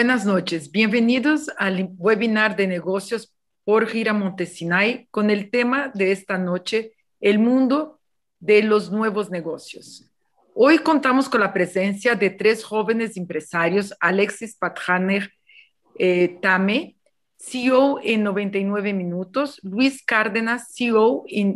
Buenas noches, bienvenidos al webinar de negocios por Gira Montesinay con el tema de esta noche, el mundo de los nuevos negocios. Hoy contamos con la presencia de tres jóvenes empresarios, Alexis Patjaner Tame, CEO en 99 Minutos, Luis Cárdenas, CEO en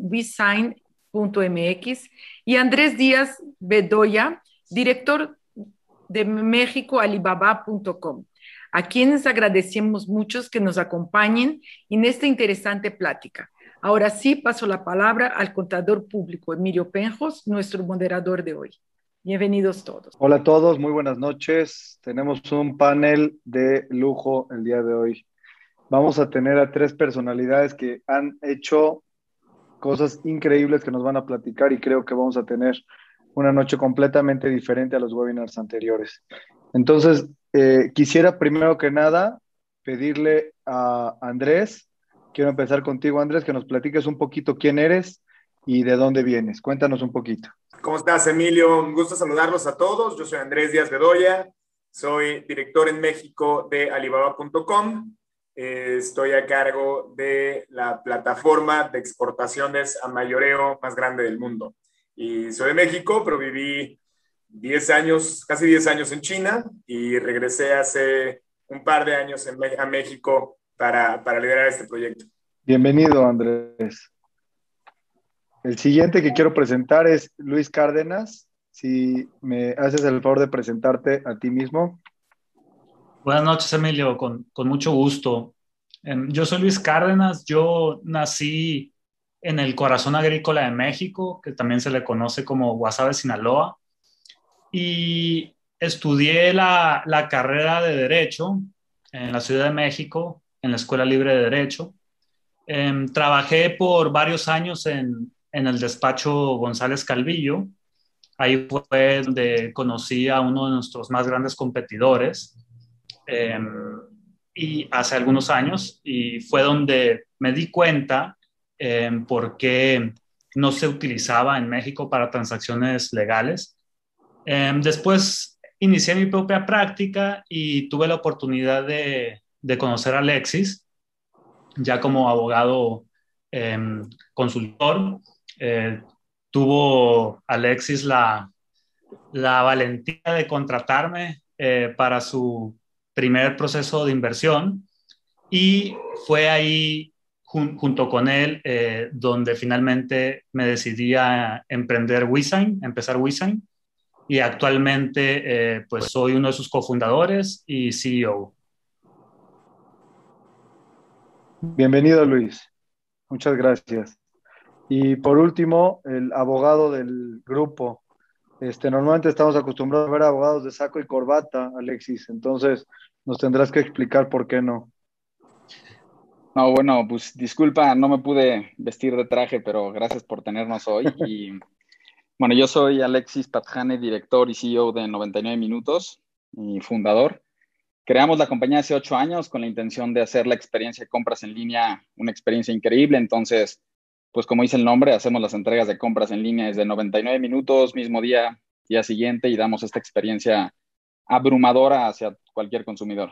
WeSign.mx y Andrés Díaz Bedoya, director de México, Alibaba.com, a quienes agradecemos muchos que nos acompañen en esta interesante plática. Ahora sí, paso la palabra al contador público, Emilio Penjos, nuestro moderador de hoy. Bienvenidos todos. Hola a todos, muy buenas noches. Tenemos un panel de lujo el día de hoy. Vamos a tener a tres personalidades que han hecho cosas increíbles que nos van a platicar y creo que vamos a tener una noche completamente diferente a los webinars anteriores. Entonces, quisiera primero que nada pedirle a Andrés, quiero empezar contigo, Andrés, que nos platiques un poquito quién eres y de dónde vienes. Cuéntanos un poquito. ¿Cómo estás, Emilio? Un gusto saludarlos a todos. Yo soy Andrés Díaz Bedoya, soy director en México de Alibaba.com. Estoy a cargo de la plataforma de exportaciones a mayoreo más grande del mundo. Y soy de México, pero viví 10 años, casi 10 años en China y regresé hace un par de años a México para liderar este proyecto. Bienvenido, Andrés. El siguiente que quiero presentar es Luis Cárdenas. Si me haces el favor de presentarte a ti mismo. Buenas noches, Emilio, con mucho gusto. Yo soy Luis Cárdenas, yo nací en el corazón agrícola de México, que también se le conoce como Guasave, Sinaloa, y estudié la carrera de Derecho en la Ciudad de México, en la Escuela Libre de Derecho. Trabajé por varios años en el despacho González Calvillo. Ahí fue donde conocí a uno de nuestros más grandes competidores, y hace algunos años, y fue donde me di cuenta por qué no se utilizaba en México para transacciones legales. Después inicié mi propia práctica y tuve la oportunidad de conocer a Alexis, ya como abogado consultor. Tuvo Alexis la valentía de contratarme para su primer proceso de inversión, y fue ahí junto con él donde finalmente me decidí a emprender WeSign, empezar WeSign, y actualmente pues soy uno de sus cofundadores y CEO. Bienvenido, Luis. Muchas gracias. Y por último, el abogado del grupo. Normalmente estamos acostumbrados a ver abogados de saco y corbata, Alexis. Entonces, nos tendrás que explicar por qué no. No, bueno, pues disculpa, no me pude vestir de traje, pero gracias por tenernos hoy. Y bueno, yo soy Alexis Patjane, director y CEO de 99 Minutos y fundador. Creamos la compañía hace 8 años con la intención de hacer la experiencia de compras en línea una experiencia increíble. Entonces, pues como dice el nombre, hacemos las entregas de compras en línea desde 99 minutos, mismo día, día siguiente, y damos esta experiencia abrumadora hacia cualquier consumidor.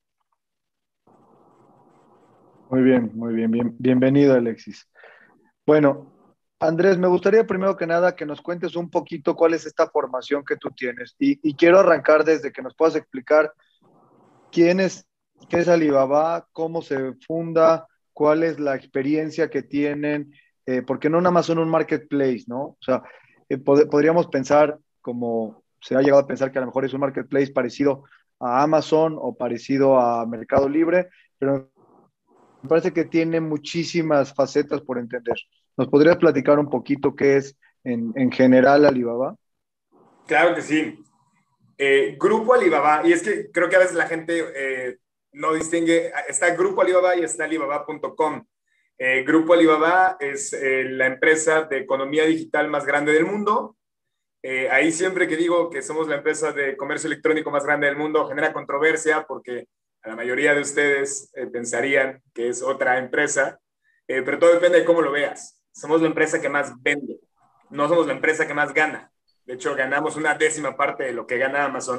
Muy bien. Bienvenido, Alexis. Bueno, Andrés, me gustaría primero que nada que nos cuentes un poquito cuál es esta formación que tú tienes. Y quiero arrancar desde que nos puedas explicar quién es, qué es Alibaba, cómo se funda, cuál es la experiencia que tienen, porque no nada más son un marketplace, ¿no? O sea, podríamos pensar, como se ha llegado a pensar, que a lo mejor es un marketplace parecido a Amazon o parecido a Mercado Libre, pero me parece que tiene muchísimas facetas por entender. ¿Nos podrías platicar un poquito qué es en general Alibaba? Claro que sí. Grupo Alibaba, y es que creo que a veces la gente no distingue, está Grupo Alibaba y está Alibaba.com. Grupo Alibaba es la empresa de economía digital más grande del mundo. Ahí siempre que digo que somos la empresa de comercio electrónico más grande del mundo, genera controversia porque a la mayoría de ustedes pensarían que es otra empresa, pero todo depende de cómo lo veas. Somos la empresa que más vende, no somos la empresa que más gana. De hecho, ganamos una 10ª parte de lo que gana Amazon,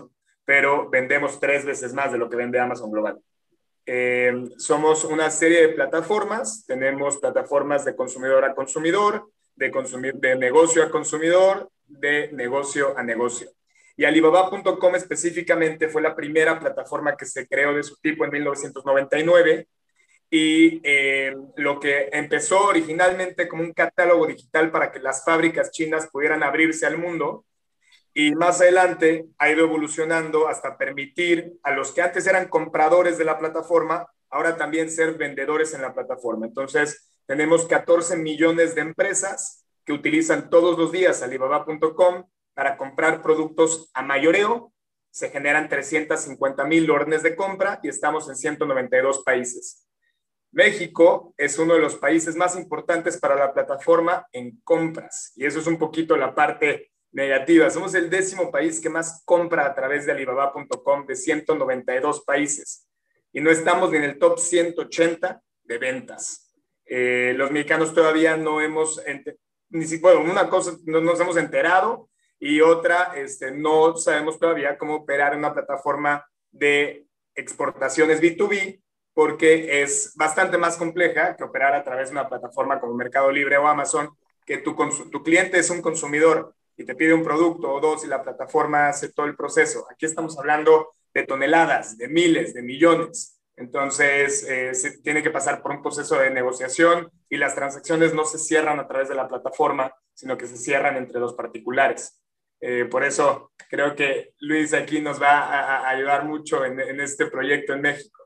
pero vendemos 3 veces más de lo que vende Amazon Global. Somos una serie de plataformas, tenemos plataformas de consumidor a consumidor, de negocio a consumidor, de negocio a negocio. Y Alibaba.com específicamente fue la primera plataforma que se creó de su tipo en 1999 y lo que empezó originalmente como un catálogo digital para que las fábricas chinas pudieran abrirse al mundo, y más adelante ha ido evolucionando hasta permitir a los que antes eran compradores de la plataforma, ahora también ser vendedores en la plataforma. Entonces, tenemos 14 millones de empresas que utilizan todos los días Alibaba.com para comprar productos a mayoreo. Se generan 350,000 órdenes de compra y estamos en 192 países. México es uno de los países más importantes para la plataforma en compras, y eso es un poquito la parte negativa. Somos el 10º país que más compra a través de Alibaba.com de 192 países, y no estamos ni en el top 180 de ventas. Los mexicanos todavía no hemos, bueno, una cosa no nos hemos enterado, y otra, no sabemos todavía cómo operar en una plataforma de exportaciones B2B, porque es bastante más compleja que operar a través de una plataforma como Mercado Libre o Amazon, que tu cliente es un consumidor y te pide un producto o dos y la plataforma hace todo el proceso. Aquí estamos hablando de toneladas, de miles, de millones. Entonces, se tiene que pasar por un proceso de negociación y las transacciones no se cierran a través de la plataforma, sino que se cierran entre los particulares. Por eso creo que Luis aquí nos va a ayudar mucho en este proyecto en México.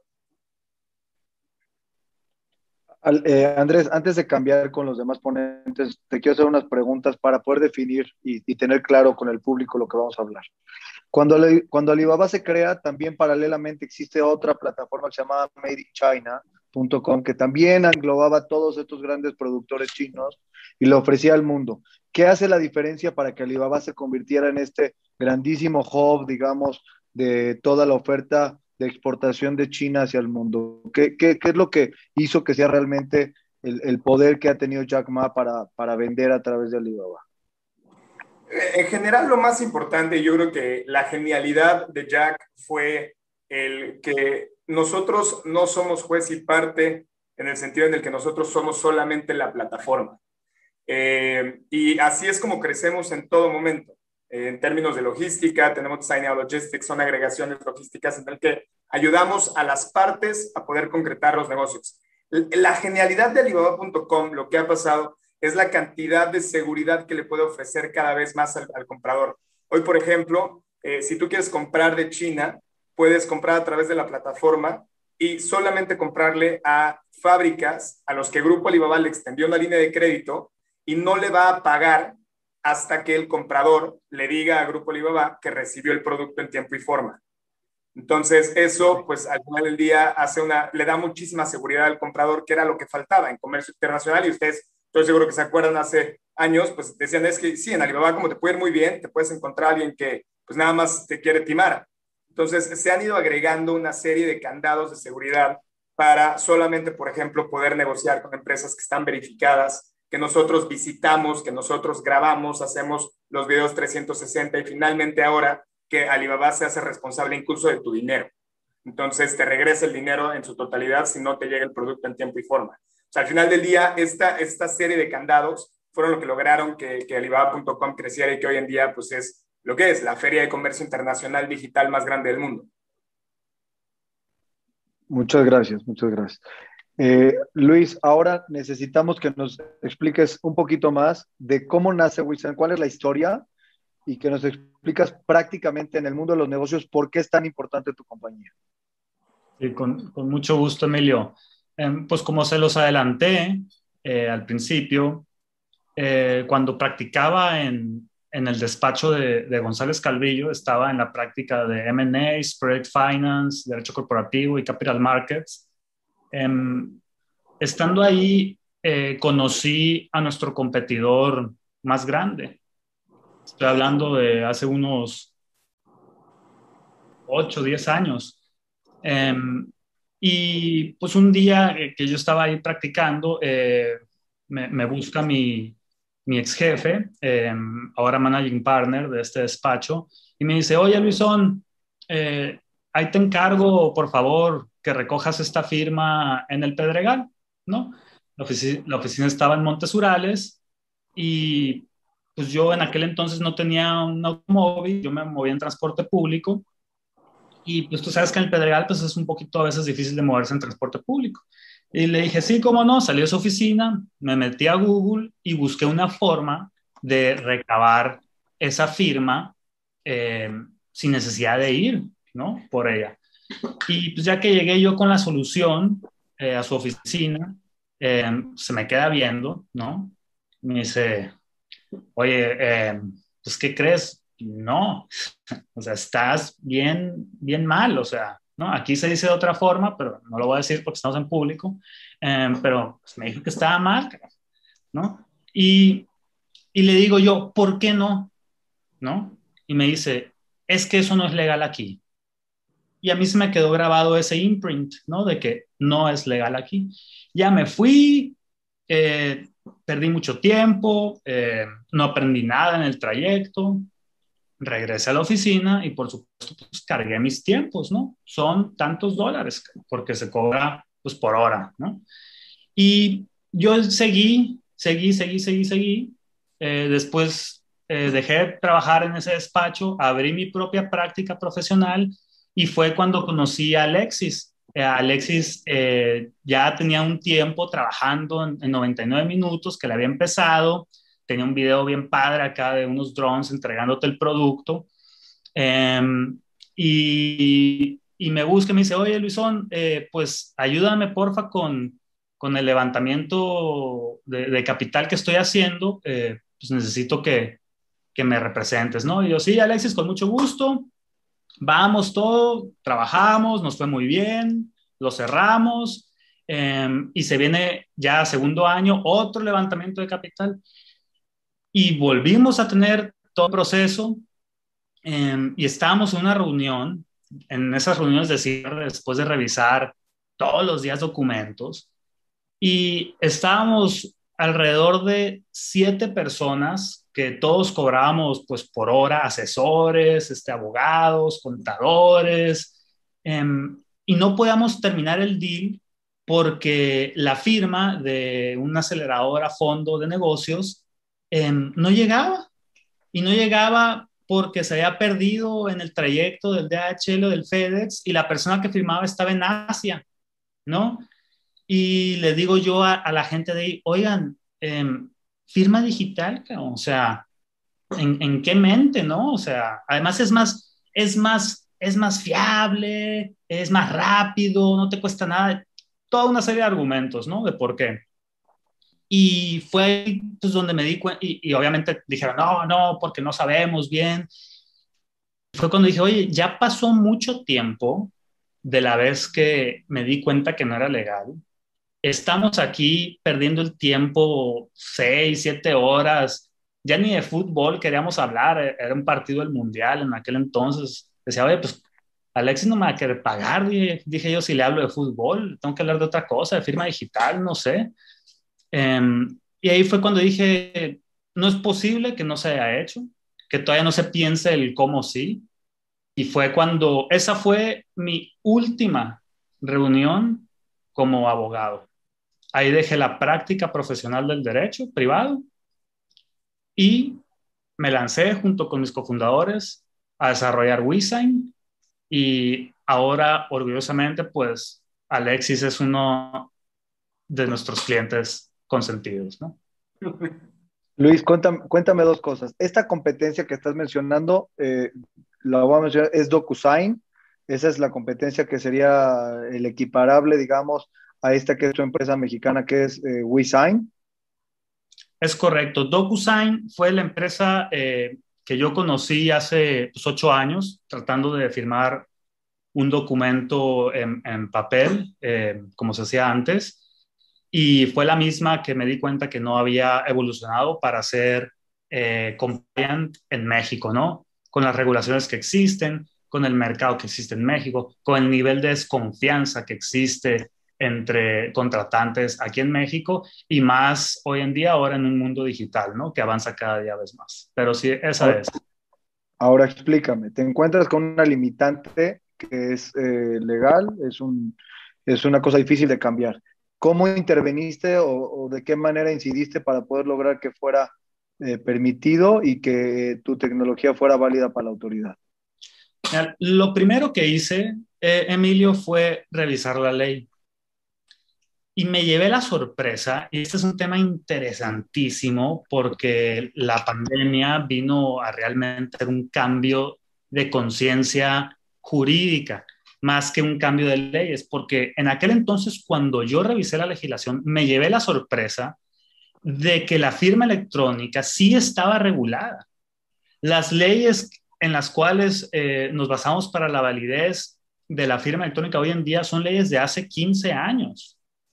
Andrés, antes de cambiar con los demás ponentes, te quiero hacer unas preguntas para poder definir y tener claro con el público lo que vamos a hablar. Cuando Alibaba se crea, también paralelamente existe otra plataforma que se llama MadeInChina.com, que también englobaba todos estos grandes productores chinos y lo ofrecía al mundo. ¿Qué hace la diferencia para que Alibaba se convirtiera en este grandísimo hub, digamos, de toda la oferta de exportación de China hacia el mundo? ¿Qué es lo que hizo que sea realmente el poder que ha tenido Jack Ma para vender a través de Alibaba? En general, lo más importante, yo creo que la genialidad de Jack fue el que nosotros no somos juez y parte en el sentido en el que nosotros somos solamente la plataforma. Y así es como crecemos en todo momento. En términos de logística, tenemos Design Out Logistics, son agregaciones logísticas en el que ayudamos a las partes a poder concretar los negocios. La genialidad de Alibaba.com, lo que ha pasado, es la cantidad de seguridad que le puede ofrecer cada vez más al comprador. Hoy, por ejemplo, si tú quieres comprar de China, puedes comprar a través de la plataforma y solamente comprarle a fábricas a los que Grupo Alibaba le extendió una línea de crédito y no le va a pagar hasta que el comprador le diga a Grupo Alibaba que recibió el producto en tiempo y forma. Entonces, eso, pues, al final del día le da muchísima seguridad al comprador, que era lo que faltaba en comercio internacional. Y ustedes, estoy seguro que se acuerdan, hace años, pues, decían, es que sí, en Alibaba, como te puede ir muy bien, te puedes encontrar a alguien que, pues, nada más te quiere timar. Entonces, se han ido agregando una serie de candados de seguridad para solamente, por ejemplo, poder negociar con empresas que están verificadas, que nosotros visitamos, que nosotros grabamos, hacemos los videos 360 y finalmente ahora que Alibaba se hace responsable incluso de tu dinero. Entonces te regresa el dinero en su totalidad si no te llega el producto en tiempo y forma. O sea, al final del día, esta serie de candados fueron lo que lograron que Alibaba.com creciera y que hoy en día pues es lo que es la feria de comercio internacional digital más grande del mundo. Muchas gracias, muchas gracias. Luis, ahora necesitamos que nos expliques un poquito más de cómo nace Wixen, cuál es la historia y que nos explicas prácticamente en el mundo de los negocios por qué es tan importante tu compañía. Sí, con mucho gusto, Emilio. Pues como se los adelanté al principio, cuando practicaba en el despacho de González Calvillo, estaba en la práctica de M&A, Project Finance, Derecho Corporativo y Capital Markets. Estando ahí, conocí a nuestro competidor más grande. Estoy hablando de hace unos 8 o 10 años. Y pues un día que yo estaba ahí practicando, me busca mi ex jefe, ahora managing partner de este despacho, y me dice, oye Luisón, eh, ahí te encargo, por favor, que recojas esta firma en el Pedregal, ¿no? La oficina estaba en Montes Urales y pues yo en aquel entonces no tenía un automóvil, yo me movía en transporte público y pues tú sabes que en el Pedregal pues es un poquito a veces difícil de moverse en transporte público. Y le dije, sí, cómo no, salí de su oficina, me metí a Google y busqué una forma de recabar esa firma eh, sin necesidad de ir, ¿no? Por ella. Y pues ya que llegué yo con la solución a su oficina, se me queda viendo, ¿no? Me dice, oye, pues ¿qué crees? No, o sea, estás bien, bien mal, o sea, ¿no? Aquí se dice de otra forma, pero no lo voy a decir porque estamos en público, pero pues, me dijo que estaba mal, ¿no? Y le digo yo, ¿por qué no? ¿No? Y me dice, es que eso no es legal aquí. Y a mí se me quedó grabado ese imprint, ¿no? De que no es legal aquí. Ya me fui, eh, perdí mucho tiempo, no aprendí nada en el trayecto, regresé a la oficina y por supuesto pues cargué mis tiempos, ¿no? Son tantos dólares porque se cobra pues por hora, ¿no? Y yo seguí. Después dejé de trabajar en ese despacho, abrí mi propia práctica profesional y fue cuando conocí a Alexis. Alexis ya tenía un tiempo trabajando en 99 minutos que le había empezado. Tenía un video bien padre acá de unos drones entregándote el producto. Eh, y me busca y me dice, oye Luisón, pues ayúdame porfa con el levantamiento de capital que estoy haciendo, pues necesito que me representes, ¿no? Y yo, sí, Alexis, con mucho gusto, vamos todo, trabajamos, nos fue muy bien, lo cerramos y se viene ya segundo año otro levantamiento de capital y volvimos a tener todo el proceso y estábamos en una reunión, en esas reuniones de cierre, después de revisar todos los días documentos, y estábamos alrededor de 7 personas que todos cobrábamos pues por hora, asesores, abogados, contadores, y no podíamos terminar el deal porque la firma de un acelerador a fondo de negocios no llegaba y no llegaba porque se había perdido en el trayecto del DHL o del FedEx y la persona que firmaba estaba en Asia, ¿no? Y le digo yo a la gente de ahí, oigan, firma digital, o sea, ¿en qué mente, no? O sea, además es más fiable, es más rápido, no te cuesta nada, toda una serie de argumentos, ¿no? De por qué. Y fue ahí pues, donde me di cuenta, y obviamente dijeron, no, no, porque no sabemos bien. Fue cuando dije, oye, ya pasó mucho tiempo de la vez que me di cuenta que no era legal. Estamos aquí perdiendo el tiempo 6, 7 horas. Ya ni de fútbol queríamos hablar, era un partido del Mundial en aquel entonces. Decía, oye, pues Alexis no me va a querer pagar. Dije yo, si le hablo de fútbol, tengo que hablar de otra cosa, de firma digital, no sé. Y ahí fue cuando dije, no es posible que no se haya hecho, que todavía no se piense el cómo sí. Y fue cuando, esa fue mi última reunión como abogado. Ahí dejé la práctica profesional del derecho privado y me lancé junto con mis cofundadores a desarrollar WeSign y ahora orgullosamente pues Alexis es uno de nuestros clientes consentidos, ¿no? Luis, cuéntame dos cosas. Esta competencia que estás mencionando, la voy a mencionar, es DocuSign. Esa es la competencia que sería el equiparable, digamos, a esta que es tu empresa mexicana, que es WeSign. Es correcto. DocuSign fue la empresa que yo conocí hace pues, 8 años, tratando de firmar un documento en papel, como se hacía antes, y fue la misma que me di cuenta que no había evolucionado para ser compliant en México, ¿no? Con las regulaciones que existen, con el mercado que existe en México, con el nivel de desconfianza que existe entre contratantes aquí en México y más hoy en día, ahora en un mundo digital, ¿no? Que avanza cada día vez más. Pero sí, esa Ahora, es. Ahora explícame, te encuentras con una limitante que es legal, es una cosa difícil de cambiar. ¿Cómo interveniste o de qué manera incidiste para poder lograr que fuera permitido y que tu tecnología fuera válida para la autoridad? Mira, lo primero que hice, Emilio, fue revisar la ley. Y me llevé la sorpresa, y este es un tema interesantísimo porque la pandemia vino a realmente hacer un cambio de conciencia jurídica, más que un cambio de leyes, porque en aquel entonces, cuando yo revisé la legislación, me llevé la sorpresa de que la firma electrónica sí estaba regulada. Las leyes en las cuales nos basamos para la validez de la firma electrónica hoy en día son leyes de hace 15 años.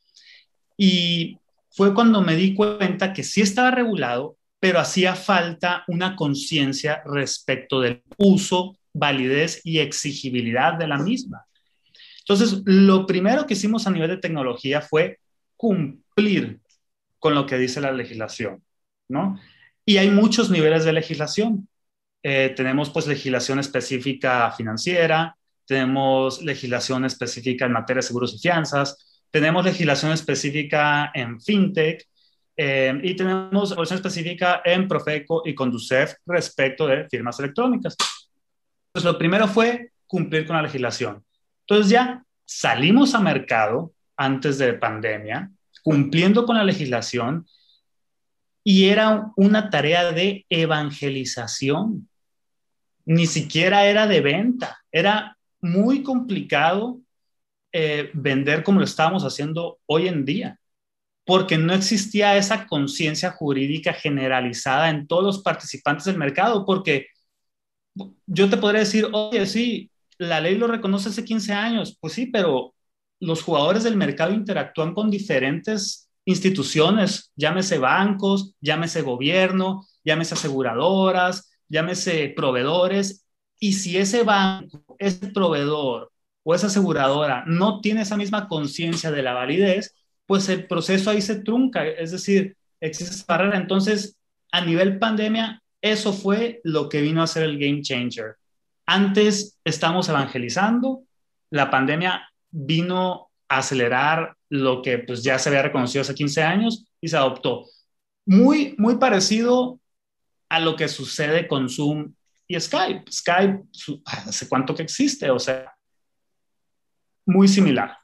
Y fue cuando me di cuenta que sí estaba regulado, pero hacía falta una conciencia respecto del uso, validez y exigibilidad de la misma. Entonces, lo primero que hicimos a nivel de tecnología fue cumplir con lo que dice la legislación, ¿no? Y hay muchos niveles de legislación. Tenemos pues legislación específica financiera, tenemos legislación específica en materia de seguros y fianzas, tenemos legislación específica en fintech y tenemos legislación específica en Profeco y Conducef respecto de firmas electrónicas. Entonces, lo primero fue cumplir con la legislación. Entonces ya salimos a mercado antes de pandemia, cumpliendo con la legislación y era una tarea de evangelización, ni siquiera era de venta, era muy complicado vender como lo estábamos haciendo hoy en día, porque no existía esa conciencia jurídica generalizada en todos los participantes del mercado, porque yo te podría decir, oye, sí, la ley lo reconoce hace 15 años, pues sí, pero los jugadores del mercado interactúan con diferentes instituciones, llámese bancos, llámese gobierno, llámese aseguradoras, llámese proveedores, y si ese banco, ese proveedor o esa aseguradora no tiene esa misma conciencia de la validez, pues el proceso ahí se trunca, es decir, existe esa barrera. Entonces, a nivel pandemia, eso fue lo que vino a ser el game changer. Antes estamos evangelizando, la pandemia vino a acelerar lo que pues ya se había reconocido hace 15 años y se adoptó. Muy, muy parecido a lo que sucede con Zoom y Skype. Skype, ¿hace cuánto que existe? O sea, muy similar.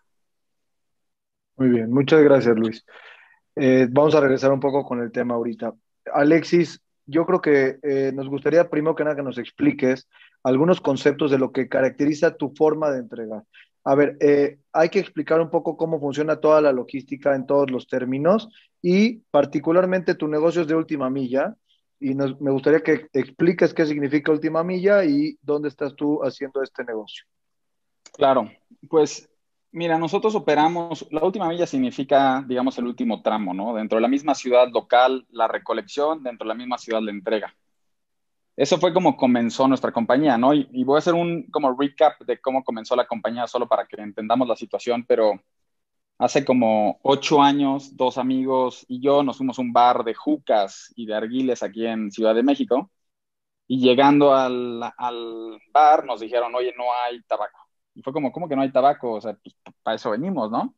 Muy bien, muchas gracias, Luis. Vamos a regresar un poco con el tema ahorita. Alexis, yo creo que nos gustaría primero que nada que nos expliques algunos conceptos de lo que caracteriza tu forma de entregar. A ver, hay que explicar un poco cómo funciona toda la logística en todos los términos y particularmente tu negocio es de última milla y me gustaría que expliques qué significa última milla y dónde estás tú haciendo este negocio. Claro, pues mira, nosotros operamos, la última milla significa, digamos, el último tramo, ¿no? Dentro de la misma ciudad local, la recolección, dentro de la misma ciudad, la entrega. Eso fue como comenzó nuestra compañía, ¿no? Y voy a hacer un como recap de cómo comenzó la compañía, solo para que entendamos la situación, pero hace como 8 años, dos amigos y yo nos fuimos a un bar de jucas y de arguiles aquí en Ciudad de México, y llegando al bar nos dijeron, oye, no hay tabaco. Y fue como, ¿cómo que no hay tabaco? O sea, pues para eso venimos, ¿no?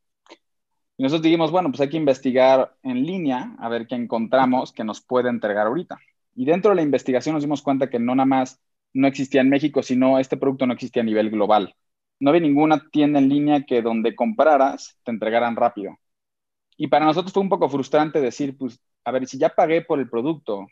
Y nosotros dijimos, bueno, pues hay que investigar en línea a ver qué encontramos que nos puede entregar ahorita. Y dentro de la investigación nos dimos cuenta que no nada más no existía en México, sino este producto no existía a nivel global. No había ninguna tienda en línea que donde compraras te entregaran rápido. Y para nosotros fue un poco frustrante decir, pues, a ver, si ya pagué por el producto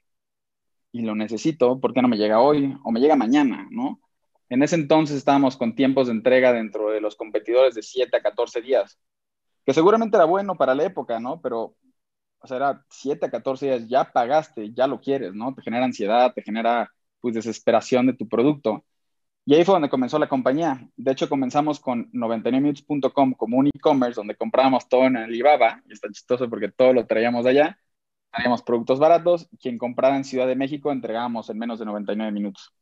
y lo necesito, ¿por qué no me llega hoy o me llega mañana, ¿no? En ese entonces estábamos con tiempos de entrega dentro de los competidores de 7 a 14 días, que seguramente era bueno para la época, ¿no? Pero, o sea, era 7 a 14 días, ya pagaste, ya lo quieres, ¿no? Te genera ansiedad, te genera, pues, desesperación de tu producto. Y ahí fue donde comenzó la compañía. De hecho, comenzamos con 99minutos.com como un e-commerce donde comprábamos todo en Alibaba, y está chistoso porque todo lo traíamos de allá, traíamos productos baratos, quien comprara en Ciudad de México entregábamos en menos de 99 minutos.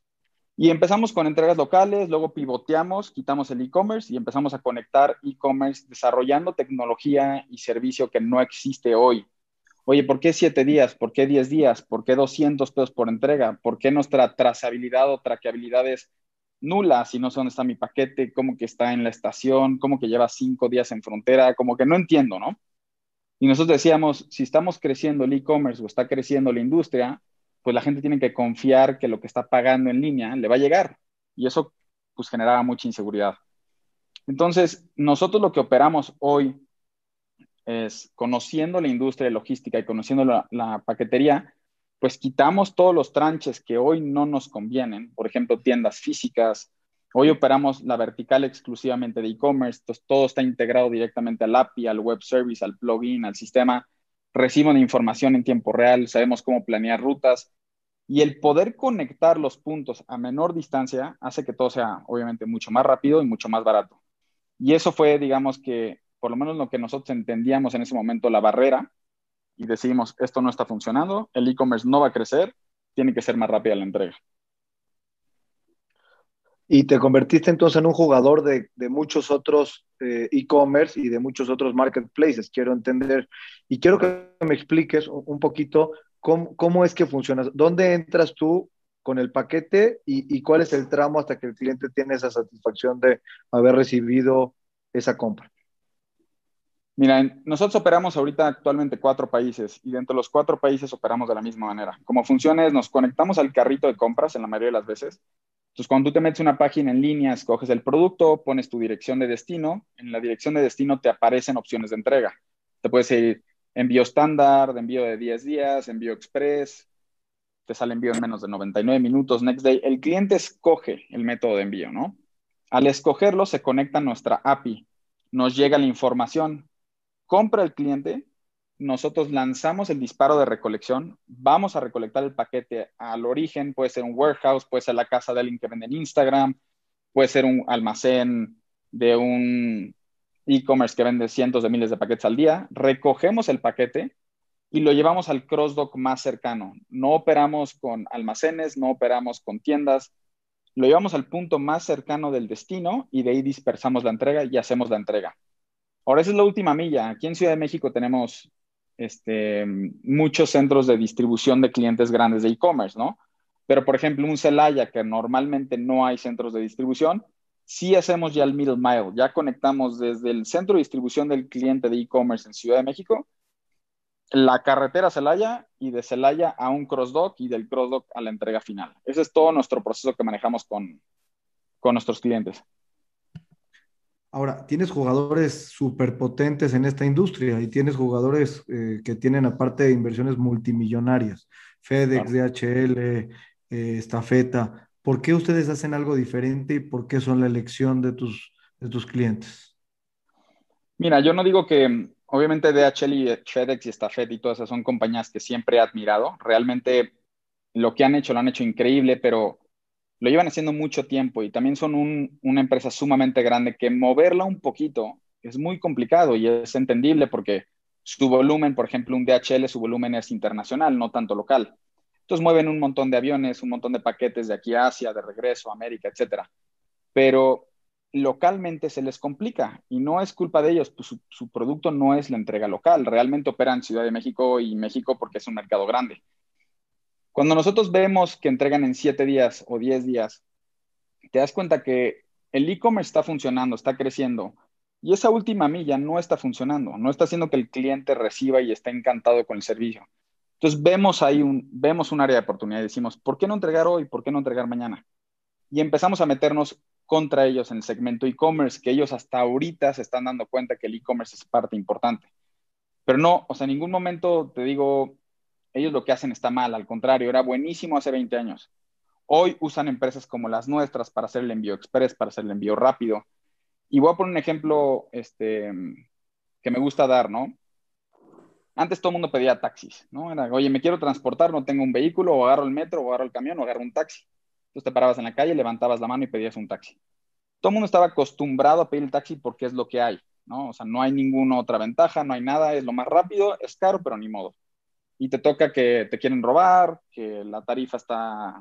Y empezamos con entregas locales, luego pivoteamos, quitamos el e-commerce y empezamos a conectar e-commerce desarrollando tecnología y servicio que no existe hoy. Oye, ¿por qué 7 días? ¿Por qué 10 días? ¿Por qué 200 pesos por entrega? ¿Por qué nuestra trazabilidad o traqueabilidad es nula? Si no sé dónde está mi paquete, cómo que está en la estación, cómo que lleva 5 días en frontera, como que no entiendo, ¿no? Y nosotros decíamos, si estamos creciendo el e-commerce o está creciendo la industria, pues la gente tiene que confiar que lo que está pagando en línea le va a llegar. Y eso pues generaba mucha inseguridad. Entonces, nosotros lo que operamos hoy es, conociendo la industria de logística y conociendo la paquetería, pues quitamos todos los tranches que hoy no nos convienen, por ejemplo, tiendas físicas. Hoy operamos la vertical exclusivamente de e-commerce, entonces todo está integrado directamente al API, al web service, al plugin, al sistema. Recibo de información en tiempo real, sabemos cómo planear rutas y el poder conectar los puntos a menor distancia hace que todo sea obviamente mucho más rápido y mucho más barato. Y eso fue, digamos que, por lo menos lo que nosotros entendíamos en ese momento, la barrera, y decidimos, esto no está funcionando, el e-commerce no va a crecer, tiene que ser más rápida la entrega. Y te convertiste entonces en un jugador de muchos otros e-commerce y de muchos otros marketplaces, quiero entender. Y quiero que me expliques un poquito cómo es que funciona. ¿Dónde entras tú con el paquete y cuál es el tramo hasta que el cliente tiene esa satisfacción de haber recibido esa compra? Mira, nosotros operamos ahorita actualmente 4 países y dentro de los 4 países operamos de la misma manera. Como funciona es, nos conectamos al carrito de compras en la mayoría de las veces. Entonces, cuando tú te metes a una página en línea, escoges el producto, pones tu dirección de destino. En la dirección de destino te aparecen opciones de entrega. Te puedes ir envío estándar, de envío de 10 días, envío express, te sale envío en menos de 99 minutos, next day. El cliente escoge el método de envío, ¿no? Al escogerlo, se conecta a nuestra API. Nos llega la información. Compra el cliente, nosotros lanzamos el disparo de recolección, vamos a recolectar el paquete al origen, puede ser un warehouse, puede ser la casa de alguien que vende en Instagram, puede ser un almacén de un e-commerce que vende cientos de miles de paquetes al día, recogemos el paquete y lo llevamos al cross-dock más cercano. No operamos con almacenes, no operamos con tiendas, lo llevamos al punto más cercano del destino y de ahí dispersamos la entrega y hacemos la entrega. Ahora, esa es la última milla. Aquí en Ciudad de México tenemos muchos centros de distribución de clientes grandes de e-commerce, ¿no? Pero, por ejemplo, un Celaya, que normalmente no hay centros de distribución, sí hacemos ya el middle mile. Ya conectamos desde el centro de distribución del cliente de e-commerce en Ciudad de México, la carretera a Celaya y de Celaya a un cross-dock y del cross-dock a la entrega final. Ese es todo nuestro proceso que manejamos con nuestros clientes. Ahora, tienes jugadores súper potentes en esta industria y tienes jugadores que tienen aparte inversiones multimillonarias, FedEx, Claro. DHL, Estafeta. ¿Por qué ustedes hacen algo diferente y por qué son la elección de tus clientes? Mira, yo no digo que, obviamente DHL y FedEx y Estafeta y todas esas son compañías que siempre he admirado. Realmente lo que han hecho lo han hecho increíble, pero lo llevan haciendo mucho tiempo y también son una empresa sumamente grande que moverla un poquito es muy complicado y es entendible porque su volumen, por ejemplo, un DHL, su volumen es internacional, no tanto local. Entonces mueven un montón de aviones, un montón de paquetes de aquí a Asia, de regreso a América, etcétera. Pero localmente se les complica y no es culpa de ellos, pues su producto no es la entrega local, realmente operan Ciudad de México y México porque es un mercado grande. Cuando nosotros vemos que entregan en 7 días o 10 días, te das cuenta que el e-commerce está funcionando, está creciendo y esa última milla no está funcionando, no está haciendo que el cliente reciba y esté encantado con el servicio. Entonces vemos un área de oportunidad y decimos, ¿por qué no entregar hoy? ¿Por qué no entregar mañana? Y empezamos a meternos contra ellos en el segmento e-commerce, que ellos hasta ahorita se están dando cuenta que el e-commerce es parte importante. Pero no, o sea, en ningún momento te digo, ellos lo que hacen está mal, al contrario, era buenísimo hace 20 años. Hoy usan empresas como las nuestras para hacer el envío express, para hacer el envío rápido. Y voy a poner un ejemplo que me gusta dar, ¿no? Antes todo el mundo pedía taxis, ¿no? Era, oye, me quiero transportar, no tengo un vehículo, o agarro el metro, o agarro el camión, o agarro un taxi. Entonces te parabas en la calle, levantabas la mano y pedías un taxi. Todo el mundo estaba acostumbrado a pedir el taxi porque es lo que hay, ¿no? O sea, no hay ninguna otra ventaja, no hay nada, es lo más rápido, es caro, pero ni modo. Y te toca que te quieren robar, que la tarifa está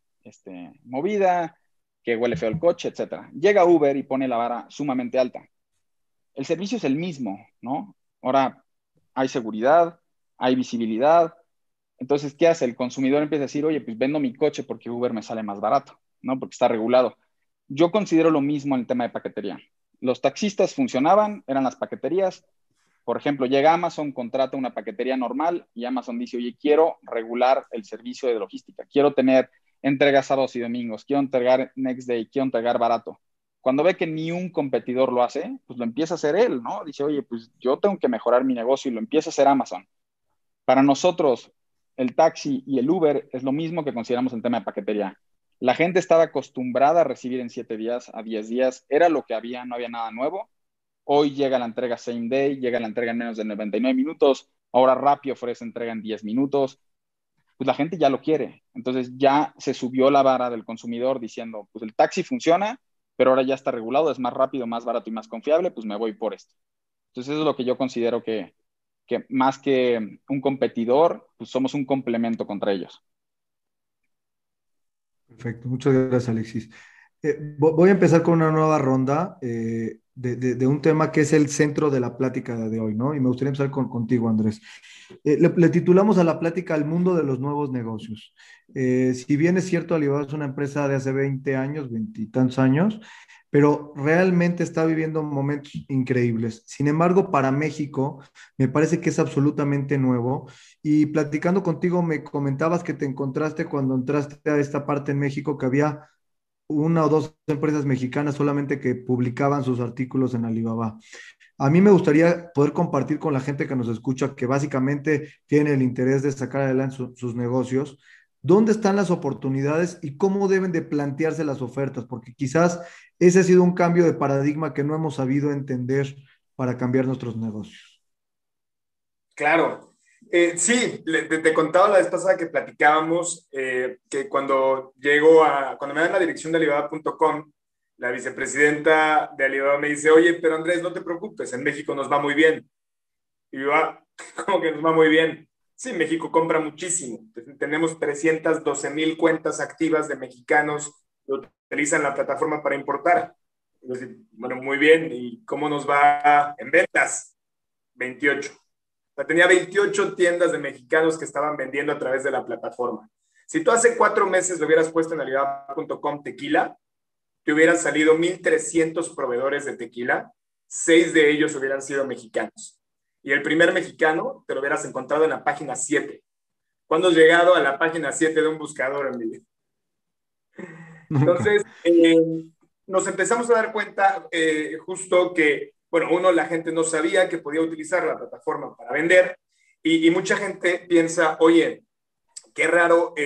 movida, que huele feo el coche, etcétera. Llega Uber y pone la vara sumamente alta. El servicio es el mismo, ¿no? Ahora hay seguridad, hay visibilidad. Entonces, ¿qué hace? El consumidor empieza a decir, oye, pues vendo mi coche porque Uber me sale más barato, ¿no? Porque está regulado. Yo considero lo mismo en el tema de paquetería. Los taxistas funcionaban, eran las paqueterías. Por ejemplo, llega Amazon, contrata una paquetería normal y Amazon dice, oye, quiero regular el servicio de logística, quiero tener entregas sábados y domingos, quiero entregar next day, quiero entregar barato. Cuando ve que ni un competidor lo hace, pues lo empieza a hacer él, ¿no? Dice, oye, pues yo tengo que mejorar mi negocio y lo empieza a hacer Amazon. Para nosotros, el taxi y el Uber es lo mismo que consideramos el tema de paquetería. La gente estaba acostumbrada a recibir en 7 días, a 10 días, era lo que había, no había nada nuevo. Hoy llega la entrega same day, llega la entrega en menos de 99 minutos, ahora Rappi ofrece entrega en 10 minutos, pues la gente ya lo quiere. Entonces ya se subió la vara del consumidor diciendo, pues el taxi funciona, pero ahora ya está regulado, es más rápido, más barato y más confiable, pues me voy por esto. Entonces eso es lo que yo considero que más que un competidor, pues somos un complemento contra ellos. Perfecto, muchas gracias, Alexis. Voy a empezar con una nueva ronda de un tema que es el centro de la plática de hoy, ¿no? Y me gustaría empezar contigo, Andrés. Le titulamos a la plática El mundo de los nuevos negocios. Si bien es cierto, Alibaba es una empresa de hace 20 años, 20 y tantos años, pero realmente está viviendo momentos increíbles. Sin embargo, para México, me parece que es absolutamente nuevo. Y platicando contigo, me comentabas que te encontraste cuando entraste a esta parte en México, que había una o dos empresas mexicanas solamente que publicaban sus artículos en Alibaba. A mí me gustaría poder compartir con la gente que nos escucha, que básicamente tiene el interés de sacar adelante sus negocios, dónde están las oportunidades y cómo deben de plantearse las ofertas, porque quizás ese ha sido un cambio de paradigma que no hemos sabido entender para cambiar nuestros negocios. Claro. Sí, te contaba la vez pasada que platicábamos que cuando me dan la dirección de Alibaba.com, la vicepresidenta de Alibaba me dice, oye, pero Andrés, no te preocupes, en México nos va muy bien. Y yo, ¿cómo que nos va muy bien? Sí, México compra muchísimo. Tenemos 312,000 cuentas activas de mexicanos que utilizan la plataforma para importar. Entonces, bueno, muy bien. ¿Y cómo nos va en ventas? 28. O sea, tenía 28 tiendas de mexicanos que estaban vendiendo a través de la plataforma. Si tú hace 4 meses lo hubieras puesto en alibaba.com tequila, te hubieran salido 1,300 proveedores de tequila, 6 de ellos hubieran sido mexicanos. Y el primer mexicano te lo hubieras encontrado en la página 7. ¿Cuándo has llegado a la página 7 de un buscador, Emilio? Entonces, nos empezamos a dar cuenta justo que, bueno, la gente no sabía que podía utilizar la plataforma para vender y mucha gente piensa, oye, qué raro,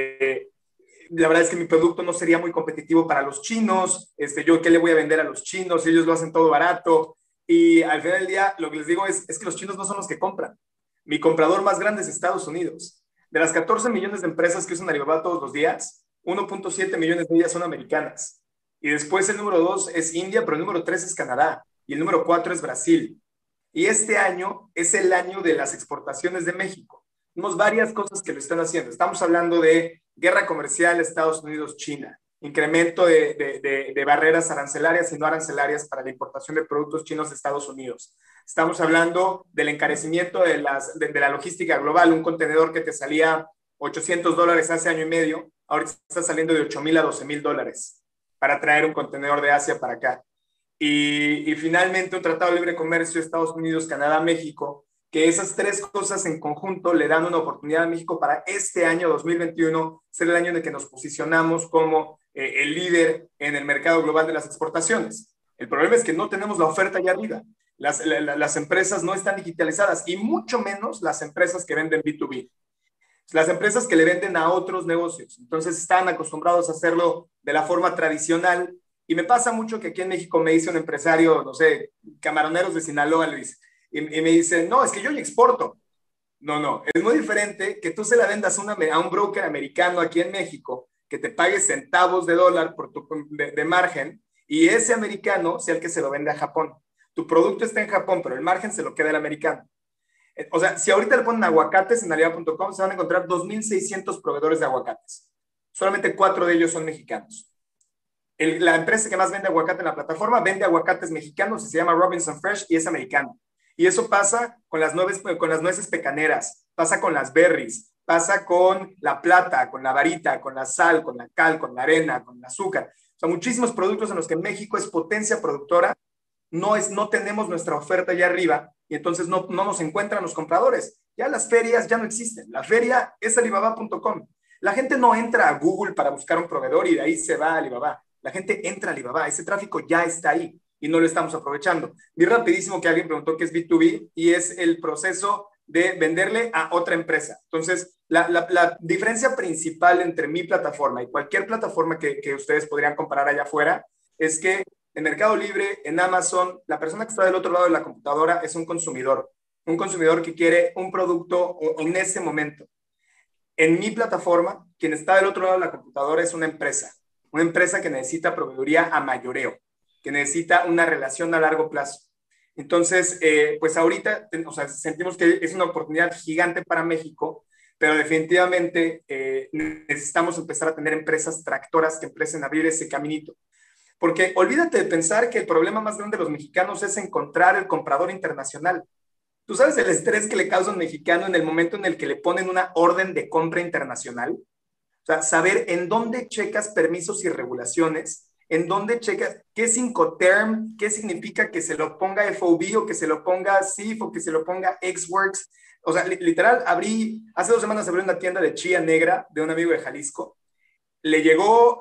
la verdad es que mi producto no sería muy competitivo para los chinos, yo qué le voy a vender a los chinos, ellos lo hacen todo barato. Y al final del día, lo que les digo es que los chinos no son los que compran. Mi comprador más grande es Estados Unidos. De las 14 millones de empresas que usan Alibaba todos los días, 1.7 millones de ellas son americanas. Y después el número 2 es India, pero el número 3 es Canadá. Y el número 4 es Brasil. Y este año es el año de las exportaciones de México. Tenemos varias cosas que lo están haciendo. Estamos hablando de guerra comercial Estados Unidos-China, incremento de barreras arancelarias y no arancelarias para la importación de productos chinos de Estados Unidos. Estamos hablando del encarecimiento de la logística global. Un contenedor que te salía $800 hace año y medio, ahorita está saliendo de $8,000 a $12,000 para traer un contenedor de Asia para acá. Y finalmente un tratado de libre comercio Estados Unidos, Canadá, México, que esas 3 cosas en conjunto le dan una oportunidad a México para este año 2021 ser el año en el que nos posicionamos como el líder en el mercado global de las exportaciones. El problema es que no tenemos la oferta allá arriba. Las empresas no están digitalizadas y mucho menos las empresas que venden B2B. Las empresas que le venden a otros negocios. Entonces están acostumbrados a hacerlo de la forma tradicional. Y me pasa mucho que aquí en México me dice un empresario, no sé, Camaroneros de Sinaloa, le dice, y me dice, no, es que yo ya exporto. No, es muy diferente que tú se la vendas a un broker americano aquí en México, que te pague centavos de dólar de margen, y ese americano sea el que se lo vende a Japón. Tu producto está en Japón, pero el margen se lo queda el americano. O sea, si ahorita le ponen aguacates en alibaba.com, se van a encontrar 2,600 proveedores de aguacates. Solamente 4 de ellos son mexicanos. La empresa que más vende aguacate en la plataforma vende aguacates mexicanos y se llama Robinson Fresh y es americano. Y eso pasa con las nueces pecaneras, pasa con las berries, pasa con la plata, con la varita, con la sal, con la cal, con la arena, con el azúcar. O sea, muchísimos productos en los que México es potencia productora, no tenemos nuestra oferta allá arriba y entonces no nos encuentran los compradores. Ya las ferias ya no existen. La feria es alibaba.com. La gente no entra a Google para buscar un proveedor y de ahí se va a Alibaba. La gente entra a Alibaba. Ese tráfico ya está ahí y no lo estamos aprovechando. Vi rapidísimo que alguien preguntó qué es B2B y es el proceso de venderle a otra empresa. Entonces, la diferencia principal entre mi plataforma y cualquier plataforma que ustedes podrían comparar allá afuera es que en Mercado Libre, en Amazon, la persona que está del otro lado de la computadora es un consumidor que quiere un producto en ese momento. En mi plataforma, quien está del otro lado de la computadora es una empresa que necesita proveeduría a mayoreo, que necesita una relación a largo plazo. Entonces, pues ahorita, o sea, sentimos que es una oportunidad gigante para México, pero definitivamente necesitamos empezar a tener empresas tractoras que empiecen a abrir ese caminito. Porque olvídate de pensar que el problema más grande de los mexicanos es encontrar el comprador internacional. ¿Tú sabes el estrés que le causa a un mexicano en el momento en el que le ponen una orden de compra internacional? O sea, saber en dónde checas permisos y regulaciones, en dónde checas qué es Incoterm, qué significa que se lo ponga FOB o que se lo ponga CIF o que se lo ponga XWorks. O sea, literal, hace 2 semanas abrí una tienda de chía negra de un amigo de Jalisco. Le llegó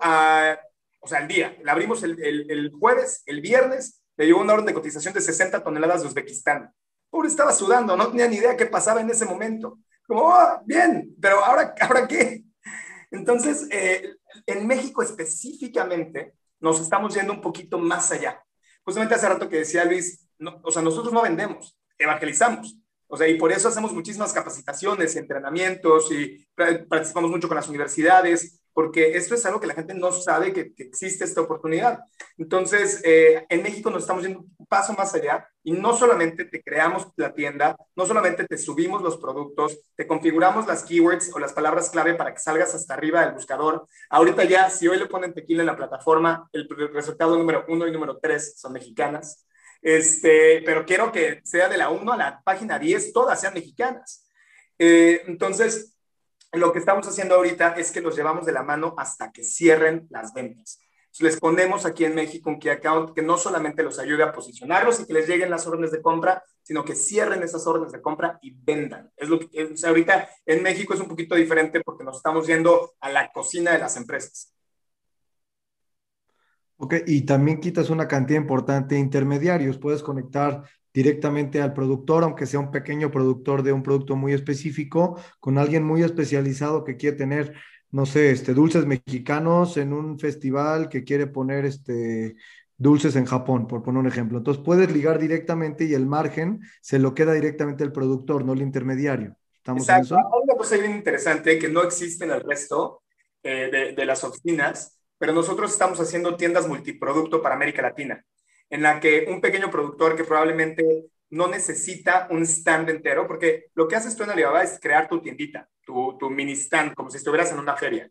al día, la abrimos el jueves, el viernes, le llegó una orden de cotización de 60 toneladas de Uzbekistán. Pobre, estaba sudando, no tenía ni idea qué pasaba en ese momento. Como, bien, pero ¿ahora qué? Entonces, en México específicamente, nos estamos yendo un poquito más allá. Justamente hace rato que decía Luis, o sea, nosotros no vendemos, evangelizamos. O sea, y por eso hacemos muchísimas capacitaciones y entrenamientos y participamos mucho con las universidades, porque esto es algo que la gente no sabe que existe esta oportunidad. Entonces, en México nos estamos yendo un paso más allá y no solamente te creamos la tienda, no solamente te subimos los productos, te configuramos las keywords o las palabras clave para que salgas hasta arriba del buscador. Ahorita ya, si hoy le ponen tequila en la plataforma, el resultado número 1 y número 3 son mexicanas. Pero quiero que sea de la 1 a la página 10, todas sean mexicanas. Entonces, lo que estamos haciendo ahorita es que los llevamos de la mano hasta que cierren las ventas. Entonces, les ponemos aquí en México un key account que no solamente los ayude a posicionarlos y que les lleguen las órdenes de compra, sino que cierren esas órdenes de compra y vendan. Es lo que, o sea, ahorita en México es un poquito diferente porque nos estamos yendo a la cocina de las empresas. Ok, y también quitas una cantidad importante de intermediarios. Puedes conectar directamente al productor, aunque sea un pequeño productor de un producto muy específico, con alguien muy especializado que quiere tener, no sé, dulces mexicanos en un festival que quiere poner dulces en Japón, por poner un ejemplo. Entonces puedes ligar directamente y el margen se lo queda directamente al productor, no el intermediario. ¿Estamos en Exacto. eso? Hay una cosa bien interesante que no existe en el resto de las oficinas, pero nosotros estamos haciendo tiendas multiproducto para América Latina, en la que un pequeño productor que probablemente no necesita un stand entero, porque lo que haces tú en Alibaba es crear tu tiendita, tu mini stand, como si estuvieras en una feria.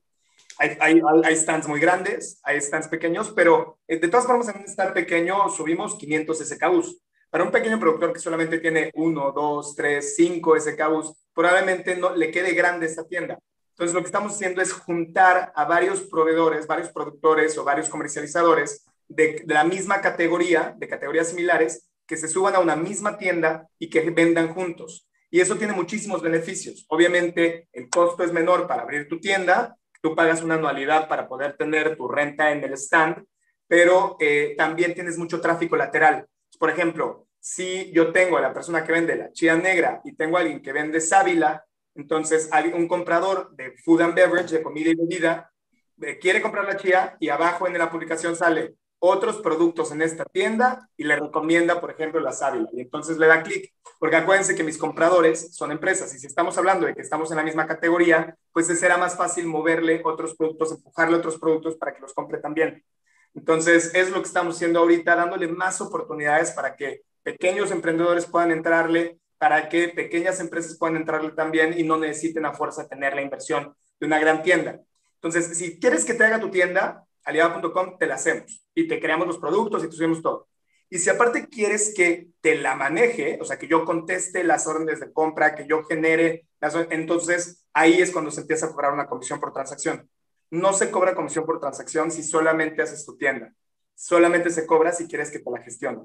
Hay stands muy grandes, hay stands pequeños, pero de todas formas en un stand pequeño subimos 500 SKUs. Para un pequeño productor que solamente tiene 1, 2, 3, 5 SKUs, probablemente no le quede grande esta tienda. Entonces, lo que estamos haciendo es juntar a varios proveedores, varios productores o varios comercializadores de la misma categoría, de categorías similares, que se suban a una misma tienda y que vendan juntos. Y eso tiene muchísimos beneficios. Obviamente, el costo es menor para abrir tu tienda, tú pagas una anualidad para poder tener tu renta en el stand, pero también tienes mucho tráfico lateral. Por ejemplo, si yo tengo a la persona que vende la chía negra y tengo a alguien que vende sábila, entonces un comprador de food and beverage, de comida y bebida, quiere comprar la chía y abajo en la publicación sale otros productos en esta tienda y le recomienda, por ejemplo, la sábila. Y entonces le da clic, porque acuérdense que mis compradores son empresas y si estamos hablando de que estamos en la misma categoría, pues será más fácil moverle otros productos, empujarle otros productos para que los compre también. Entonces, es lo que estamos haciendo ahorita, dándole más oportunidades para que pequeños emprendedores puedan entrarle, para que pequeñas empresas puedan entrarle también y no necesiten a fuerza tener la inversión de una gran tienda. Entonces, si quieres que te haga tu tienda, alibaba.com te la hacemos y te creamos los productos y te subimos todo. Y si aparte quieres que te la maneje, o sea, que yo conteste las órdenes de compra, que yo genere, entonces ahí es cuando se empieza a cobrar una comisión por transacción. No se cobra comisión por transacción si solamente haces tu tienda. Solamente se cobra si quieres que te la gestione.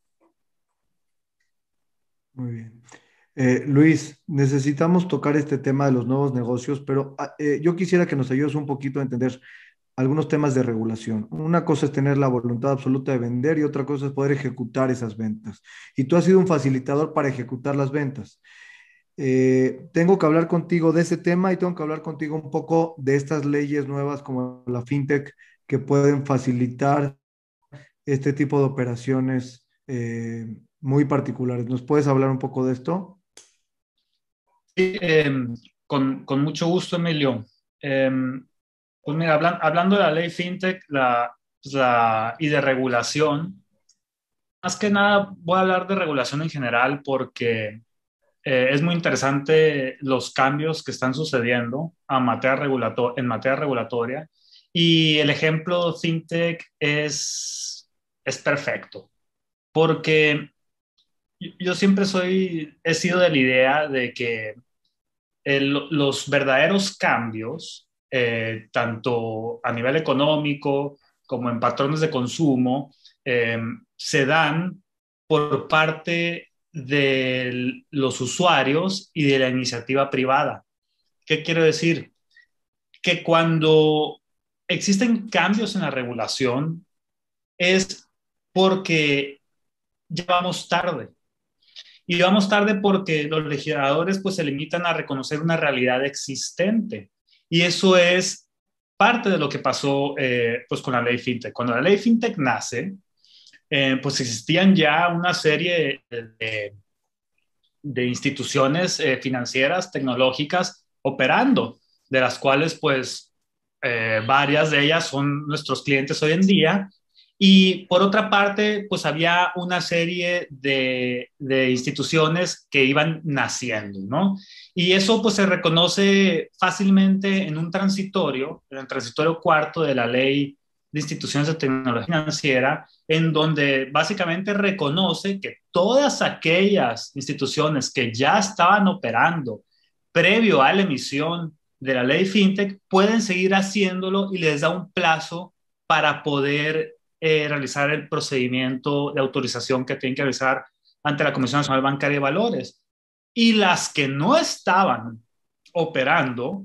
Muy bien. Luis, necesitamos tocar este tema de los nuevos negocios, pero yo quisiera que nos ayudes un poquito a entender algunos temas de regulación. Una cosa es tener la voluntad absoluta de vender y otra cosa es poder ejecutar esas ventas. Y tú has sido un facilitador para ejecutar las ventas. Tengo que hablar contigo de ese tema y tengo que hablar contigo un poco de estas leyes nuevas como la FinTech que pueden facilitar este tipo de operaciones muy particulares. ¿Nos puedes hablar un poco de esto? Sí, con mucho gusto, Emilio. Pues mira, hablando de la ley FinTech y de regulación, más que nada voy a hablar de regulación en general porque es muy interesante los cambios que están sucediendo en materia regulatoria y el ejemplo FinTech es perfecto porque yo siempre he sido de la idea de que los verdaderos cambios, tanto a nivel económico como en patrones de consumo, eh, se dan por parte de los usuarios y de la iniciativa privada. ¿Qué quiero decir? Que cuando existen cambios en la regulación es porque ya vamos tarde. Y vamos tarde porque los legisladores pues se limitan a reconocer una realidad existente. Y eso es parte de lo que pasó pues con la ley FinTech. Cuando la ley FinTech nace, pues existían ya una serie de instituciones financieras, tecnológicas operando, de las cuales pues varias de ellas son nuestros clientes hoy en día. Y por otra parte, pues había una serie de instituciones que iban naciendo, ¿no? Y eso pues se reconoce fácilmente en en el transitorio cuarto de la ley de instituciones de tecnología financiera, en donde básicamente reconoce que todas aquellas instituciones que ya estaban operando previo a la emisión de la ley FinTech pueden seguir haciéndolo y les da un plazo para poder realizar el procedimiento de autorización que tienen que realizar ante la Comisión Nacional Bancaria de Valores. Y las que no estaban operando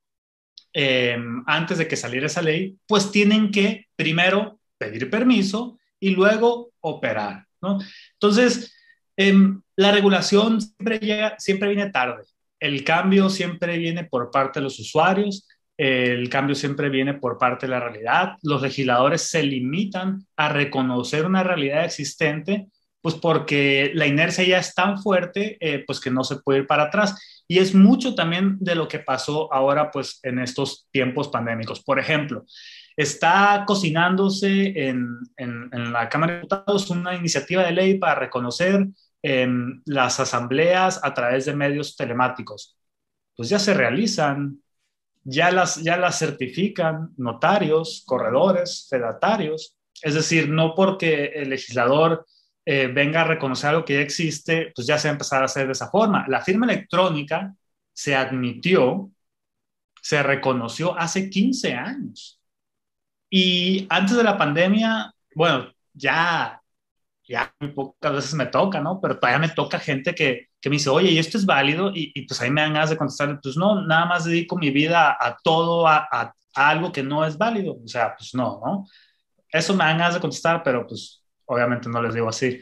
antes de que saliera esa ley, pues tienen que primero pedir permiso y luego operar, ¿no? Entonces, la regulación siempre viene tarde. El cambio siempre viene por parte de los usuarios, el cambio siempre viene por parte de la realidad. Los legisladores se limitan a reconocer una realidad existente, pues porque la inercia ya es tan fuerte, pues que no se puede ir para atrás. Y es mucho también de lo que pasó ahora, pues en estos tiempos pandémicos. Por ejemplo, está cocinándose en la Cámara de Diputados una iniciativa de ley para reconocer las asambleas a través de medios telemáticos. Pues ya se realizan, ya las certifican notarios, corredores, fedatarios. Es decir, no porque el legislador venga a reconocer algo que ya existe, pues ya se va a empezar a hacer de esa forma. La firma electrónica se admitió, se reconoció hace 15 años. Y antes de la pandemia, bueno, ya muy pocas veces me toca, ¿no? Pero todavía me toca gente que me dice, oye, ¿y esto es válido? Y pues ahí me dan ganas de contestar, pues no, nada más dedico mi vida a todo, a algo que no es válido. O sea, pues no, ¿no? Eso me dan ganas de contestar, pero pues obviamente no les digo así.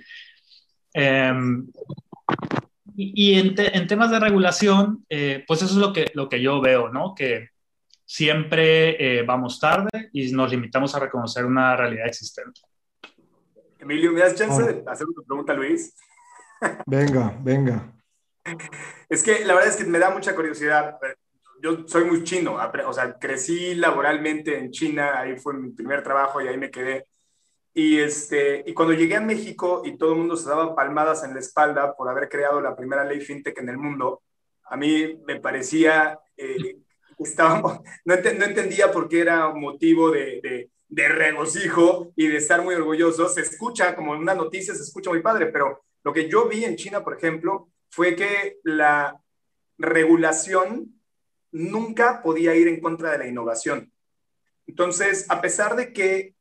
En temas de regulación, pues eso es lo que yo veo, ¿no? Que siempre vamos tarde y nos limitamos a reconocer una realidad existente. Emilio, ¿me das chance de hacer una pregunta a Luis? Venga, venga. Es que la verdad es que me da mucha curiosidad. Yo soy muy chino, o sea, crecí laboralmente en China, ahí fue mi primer trabajo y ahí me quedé. Y cuando llegué a México y todo el mundo se daba palmadas en la espalda por haber creado la primera ley fintech en el mundo, a mí me parecía que estábamos, no entendía por qué era motivo de de regocijo y de estar muy orgullosos. Se escucha como una noticia, se escucha muy padre, pero lo que yo vi en China, por ejemplo, fue que la regulación nunca podía ir en contra de la innovación. Entonces, a pesar de que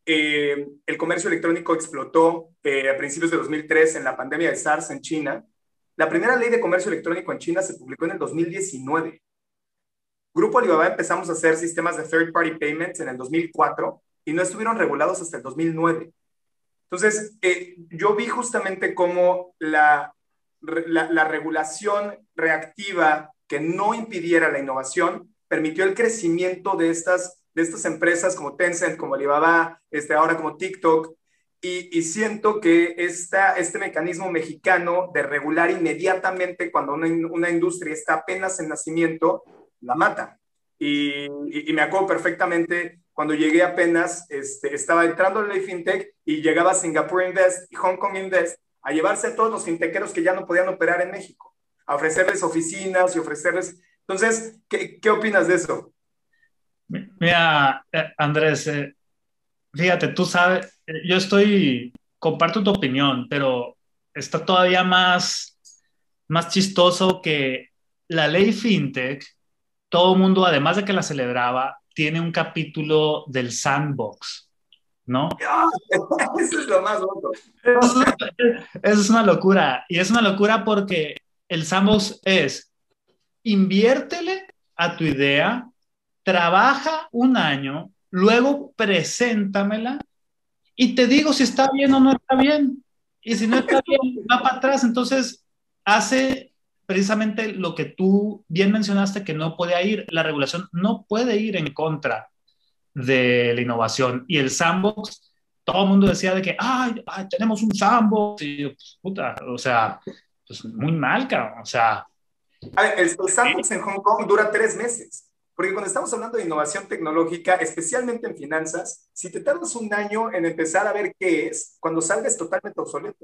el comercio electrónico explotó a principios de 2003 en la pandemia de SARS en China, la primera ley de comercio electrónico en China se publicó en el 2019. Grupo Alibaba empezamos a hacer sistemas de third party payments en el 2004 y no estuvieron regulados hasta el 2009. Entonces, yo vi justamente cómo la regulación reactiva que no impidiera la innovación permitió el crecimiento de estas empresas como Tencent, como Alibaba, ahora como TikTok, y siento que este mecanismo mexicano de regular inmediatamente cuando una industria está apenas en nacimiento, la mata. Y me acuerdo perfectamente cuando llegué apenas, estaba entrando en la FinTech y llegaba Singapore Invest y Hong Kong Invest a llevarse a todos los fintecheros que ya no podían operar en México, a ofrecerles oficinas y ofrecerles... Entonces, ¿qué opinas de eso? Mira, Andrés, fíjate, tú sabes, comparto tu opinión, pero está todavía más chistoso que la ley FinTech, todo el mundo, además de que la celebraba, tiene un capítulo del sandbox, ¿no? Eso es lo más loco. Eso es una locura, y es una locura porque el sandbox es, inviértele a tu idea, trabaja un año, luego preséntamela y te digo si está bien o no está bien. Y si no está bien, va para atrás. Entonces, hace precisamente lo que tú bien mencionaste, que no puede ir, la regulación no puede ir en contra de la innovación. Y el sandbox, todo el mundo decía de que, ay, tenemos un sandbox. Y yo, pues, puta, o sea, pues muy mal, cabrón. O sea. A ver, el sandbox en Hong Kong dura 3 meses. Porque cuando estamos hablando de innovación tecnológica, especialmente en finanzas, si te tardas un año en empezar a ver qué es, cuando salga es totalmente obsoleto.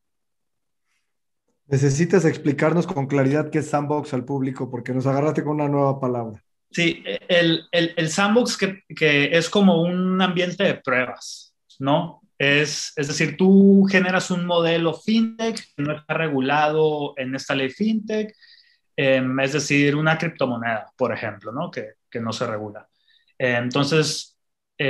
Necesitas explicarnos con claridad qué es sandbox al público, porque nos agarraste con una nueva palabra. Sí, el sandbox que es como un ambiente de pruebas, ¿no? Es decir, tú generas un modelo fintech que no está regulado en esta ley fintech, es decir, una criptomoneda, por ejemplo, ¿no? Que no se regula. Entonces,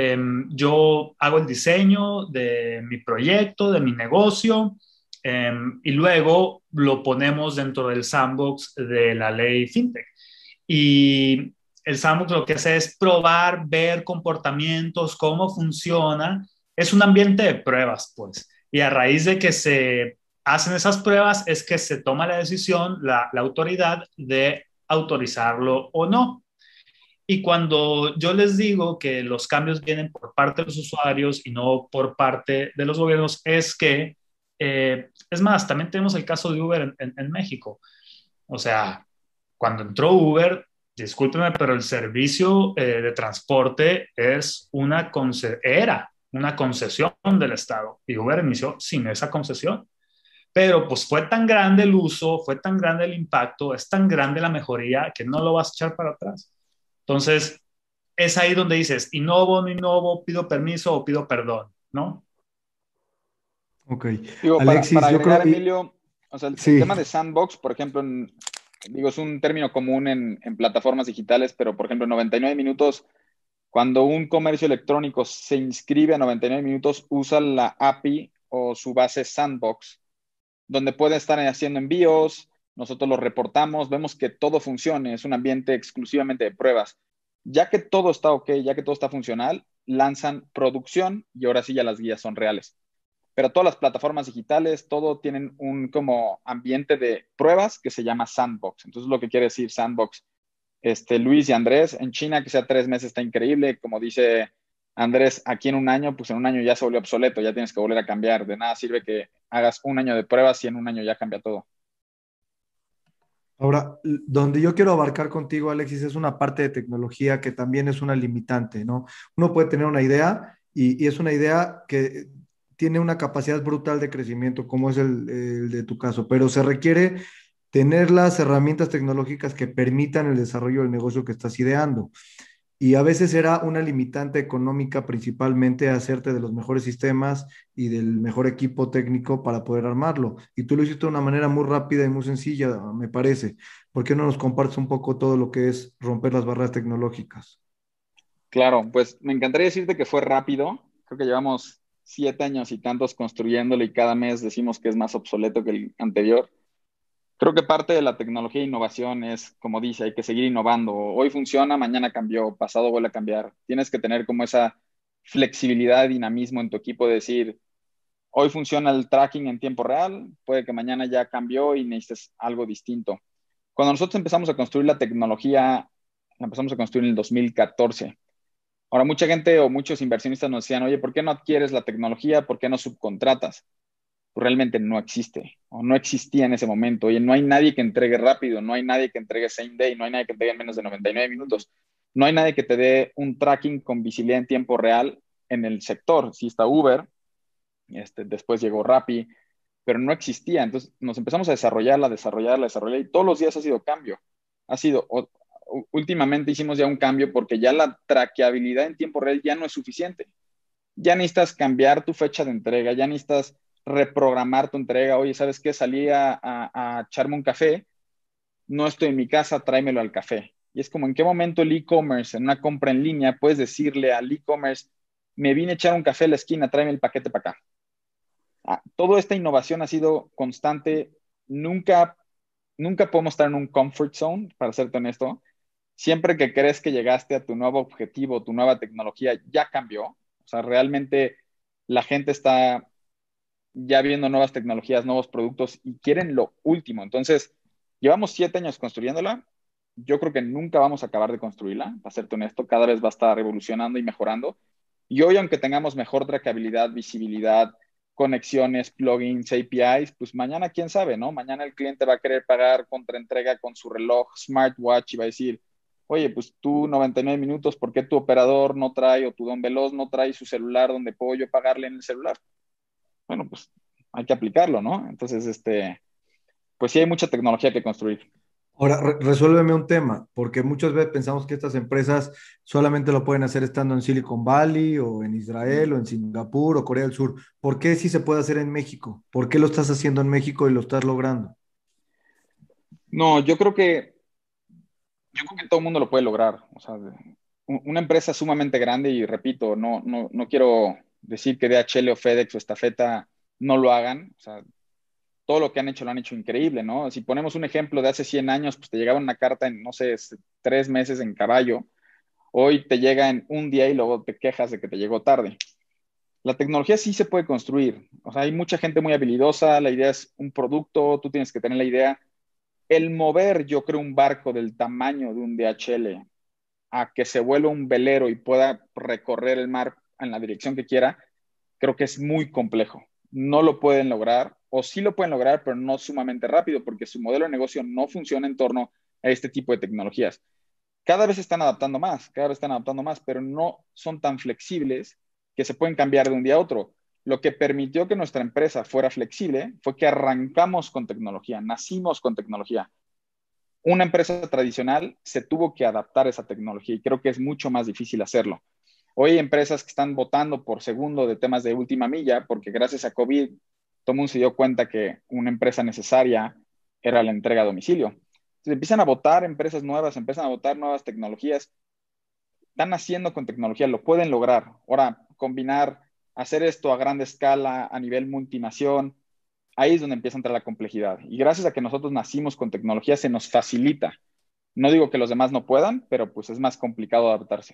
yo hago el diseño de mi proyecto, de mi negocio, y luego lo ponemos dentro del sandbox de la ley fintech. Y el sandbox lo que hace es probar, ver comportamientos, cómo funciona. Es un ambiente de pruebas, pues. Y a raíz de que se hacen esas pruebas es que se toma la decisión, la autoridad de autorizarlo o no. Y cuando yo les digo que los cambios vienen por parte de los usuarios y no por parte de los gobiernos, es que, es más, también tenemos el caso de Uber en México. O sea, cuando entró Uber, discúlpeme, pero el servicio de transporte era una concesión del Estado y Uber inició sin esa concesión. Pero pues fue tan grande el uso, fue tan grande el impacto, es tan grande la mejoría que no lo vas a echar para atrás. Entonces, es ahí donde dices, innovo, no innovo, pido permiso o pido perdón, ¿no? Ok. Digo, Alexis, para yo agregar, creo... Emilio, o sea, el Sí. tema de sandbox, por ejemplo, digo, es un término común en plataformas digitales, pero por ejemplo, en 99 minutos, cuando un comercio electrónico se inscribe a 99 minutos, usa la API o su base sandbox, donde puede estar haciendo envíos, nosotros lo reportamos, vemos que todo funcione, es un ambiente exclusivamente de pruebas. Ya que todo está ok, ya que todo está funcional, lanzan producción y ahora sí ya las guías son reales. Pero todas las plataformas digitales, todo tienen un como ambiente de pruebas que se llama sandbox. Entonces, lo que quiere decir sandbox, Luis y Andrés, en China que sea 3 meses está increíble. Como dice Andrés, aquí en un año, pues en un año ya se volvió obsoleto, ya tienes que volver a cambiar. De nada sirve que hagas un año de pruebas y en un año ya cambia todo. Ahora, donde yo quiero abarcar contigo, Alexis, es una parte de tecnología que también es una limitante, ¿no? Uno puede tener una idea y es una idea que tiene una capacidad brutal de crecimiento, como es el de tu caso, pero se requiere tener las herramientas tecnológicas que permitan el desarrollo del negocio que estás ideando. Y a veces era una limitante económica principalmente hacerte de los mejores sistemas y del mejor equipo técnico para poder armarlo. Y tú lo hiciste de una manera muy rápida y muy sencilla, me parece. ¿Por qué no nos compartes un poco todo lo que es romper las barreras tecnológicas? Claro, pues me encantaría decirte que fue rápido. Creo que llevamos 7 años y tantos construyéndolo y cada mes decimos que es más obsoleto que el anterior. Creo que parte de la tecnología e innovación es, como dice, hay que seguir innovando. Hoy funciona, mañana cambió, pasado vuelve a cambiar. Tienes que tener como esa flexibilidad y dinamismo en tu equipo de decir, hoy funciona el tracking en tiempo real, puede que mañana ya cambió y necesites algo distinto. Cuando nosotros empezamos a construir la tecnología, la empezamos a construir en el 2014. Ahora, mucha gente o muchos inversionistas nos decían, oye, ¿por qué no adquieres la tecnología? ¿Por qué no subcontratas? Pues realmente no existe o no existía en ese momento. Oye, no hay nadie que entregue rápido, no hay nadie que entregue same day, no hay nadie que entregue en menos de 99 minutos, no hay nadie que te dé un tracking con visibilidad en tiempo real en el sector. Sí está Uber, después llegó Rappi, pero no existía. Entonces nos empezamos a desarrollar y todos los días ha sido cambio. Últimamente hicimos ya un cambio porque ya la traqueabilidad en tiempo real ya no es suficiente. Ya necesitas cambiar tu fecha de entrega, ya necesitas reprogramar tu entrega. Oye, ¿sabes qué? Salí a echarme un café, no estoy en mi casa, tráemelo al café. Y es como, ¿en qué momento el e-commerce, en una compra en línea, puedes decirle al e-commerce, me vine a echar un café a la esquina, tráeme el paquete para acá? Toda esta innovación ha sido constante. Nunca podemos estar en un comfort zone, para serte honesto. Siempre que crees que llegaste a tu nuevo objetivo, tu nueva tecnología, ya cambió. O sea, realmente la gente está ya viendo nuevas tecnologías, nuevos productos y quieren lo último. Entonces, llevamos 7 años construyéndola. Yo creo que nunca vamos a acabar de construirla, para serte honesto. Cada vez va a estar evolucionando y mejorando. Y hoy, aunque tengamos mejor trackabilidad, visibilidad, conexiones, plugins, APIs, pues mañana quién sabe, ¿no? Mañana el cliente va a querer pagar contra entrega con su reloj smartwatch y va a decir, oye, pues tú 99 minutos, ¿por qué tu operador no trae o tu Don Veloz no trae su celular donde puedo yo pagarle en el celular? Bueno, pues hay que aplicarlo, ¿no? Entonces, pues sí hay mucha tecnología que construir. Ahora, resuélveme un tema, porque muchas veces pensamos que estas empresas solamente lo pueden hacer estando en Silicon Valley o en Israel o en Singapur o Corea del Sur. ¿Por qué sí se puede hacer en México? ¿Por qué lo estás haciendo en México y lo estás logrando? No, yo creo que todo el mundo lo puede lograr. O sea, una empresa sumamente grande, y repito, no quiero decir que DHL o FedEx o Estafeta no lo hagan. O sea, todo lo que han hecho lo han hecho increíble, ¿no? Si ponemos un ejemplo de hace 100 años, pues te llegaba una carta en, no sé, 3 meses en caballo. Hoy te llega en un día y luego te quejas de que te llegó tarde. La tecnología sí se puede construir. O sea, hay mucha gente muy habilidosa. La idea es un producto, tú tienes que tener la idea. El mover, yo creo, un barco del tamaño de un DHL a que se vuelva un velero y pueda recorrer el mar en la dirección que quiera, creo que es muy complejo. No lo pueden lograr, o sí lo pueden lograr, pero no sumamente rápido, porque su modelo de negocio no funciona en torno a este tipo de tecnologías. Cada vez están adaptando más, pero no son tan flexibles que se pueden cambiar de un día a otro. Lo que permitió que nuestra empresa fuera flexible fue que arrancamos con tecnología, nacimos con tecnología. Una empresa tradicional se tuvo que adaptar a esa tecnología y creo que es mucho más difícil hacerlo. Hoy hay empresas que están votando por segundo de temas de última milla porque gracias a COVID todo el mundo se dio cuenta que una empresa necesaria era la entrega a domicilio. Entonces empiezan a votar empresas nuevas, empiezan a votar nuevas tecnologías, están haciendo con tecnología, lo pueden lograr. Ahora, combinar, hacer esto a gran escala, a nivel multinación, ahí es donde empieza a entrar la complejidad. Y gracias a que nosotros nacimos con tecnología, se nos facilita. No digo que los demás no puedan, pero pues es más complicado adaptarse.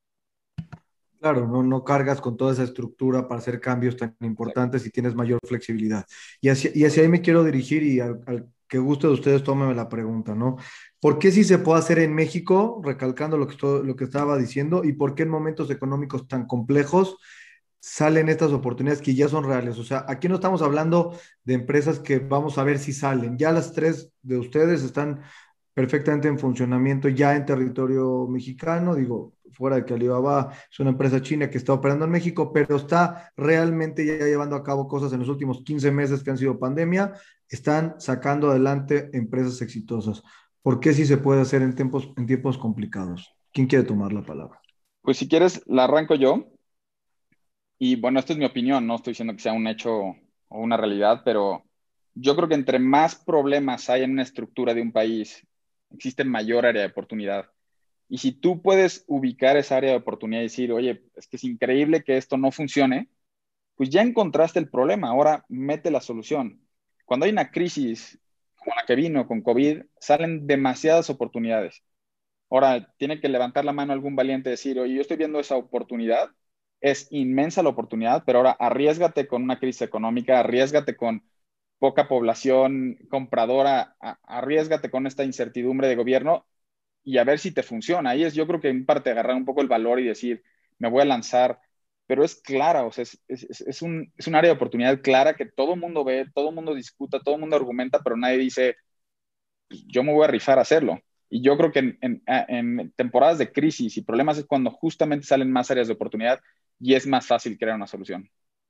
Claro, no cargas con toda esa estructura para hacer cambios tan Exacto. importantes y tienes mayor flexibilidad. Y hacia ahí me quiero dirigir y al que guste de ustedes, tómenme la pregunta, ¿no? ¿Por qué sí se puede hacer en México, recalcando lo que estaba diciendo, y por qué en momentos económicos tan complejos salen estas oportunidades que ya son reales? O sea, aquí no estamos hablando de empresas que vamos a ver si salen. Ya las tres de ustedes están perfectamente en funcionamiento ya en territorio mexicano, digo, fuera de que Alibaba es una empresa china que está operando en México, pero está realmente ya llevando a cabo cosas en los últimos 15 meses que han sido pandemia, están sacando adelante empresas exitosas. ¿Por qué sí se puede hacer en tiempos complicados? ¿Quién quiere tomar la palabra? Pues si quieres, la arranco yo. Y bueno, esta es mi opinión, no estoy diciendo que sea un hecho o una realidad, pero yo creo que entre más problemas hay en una estructura de un país, existe mayor área de oportunidad. Y si tú puedes ubicar esa área de oportunidad y decir, oye, es que es increíble que esto no funcione, pues ya encontraste el problema, ahora mete la solución. Cuando hay una crisis como la que vino con COVID, salen demasiadas oportunidades. Ahora, tiene que levantar la mano algún valiente y decir, oye, yo estoy viendo esa oportunidad, es inmensa la oportunidad, pero ahora arriesgate con una crisis económica, arriesgate con poca población compradora, arriesgate con esta incertidumbre de gobierno y a ver si te funciona. Ahí es, yo creo que en parte agarrar un poco el valor y decir, me voy a lanzar, pero es clara, o sea, es un área de oportunidad clara que todo el mundo ve, todo el mundo discuta, todo el mundo argumenta, pero nadie dice, pues, yo me voy a rifar a hacerlo. Y yo creo que en temporadas de crisis y problemas es cuando justamente salen más áreas de oportunidad y es más fácil crear una solución.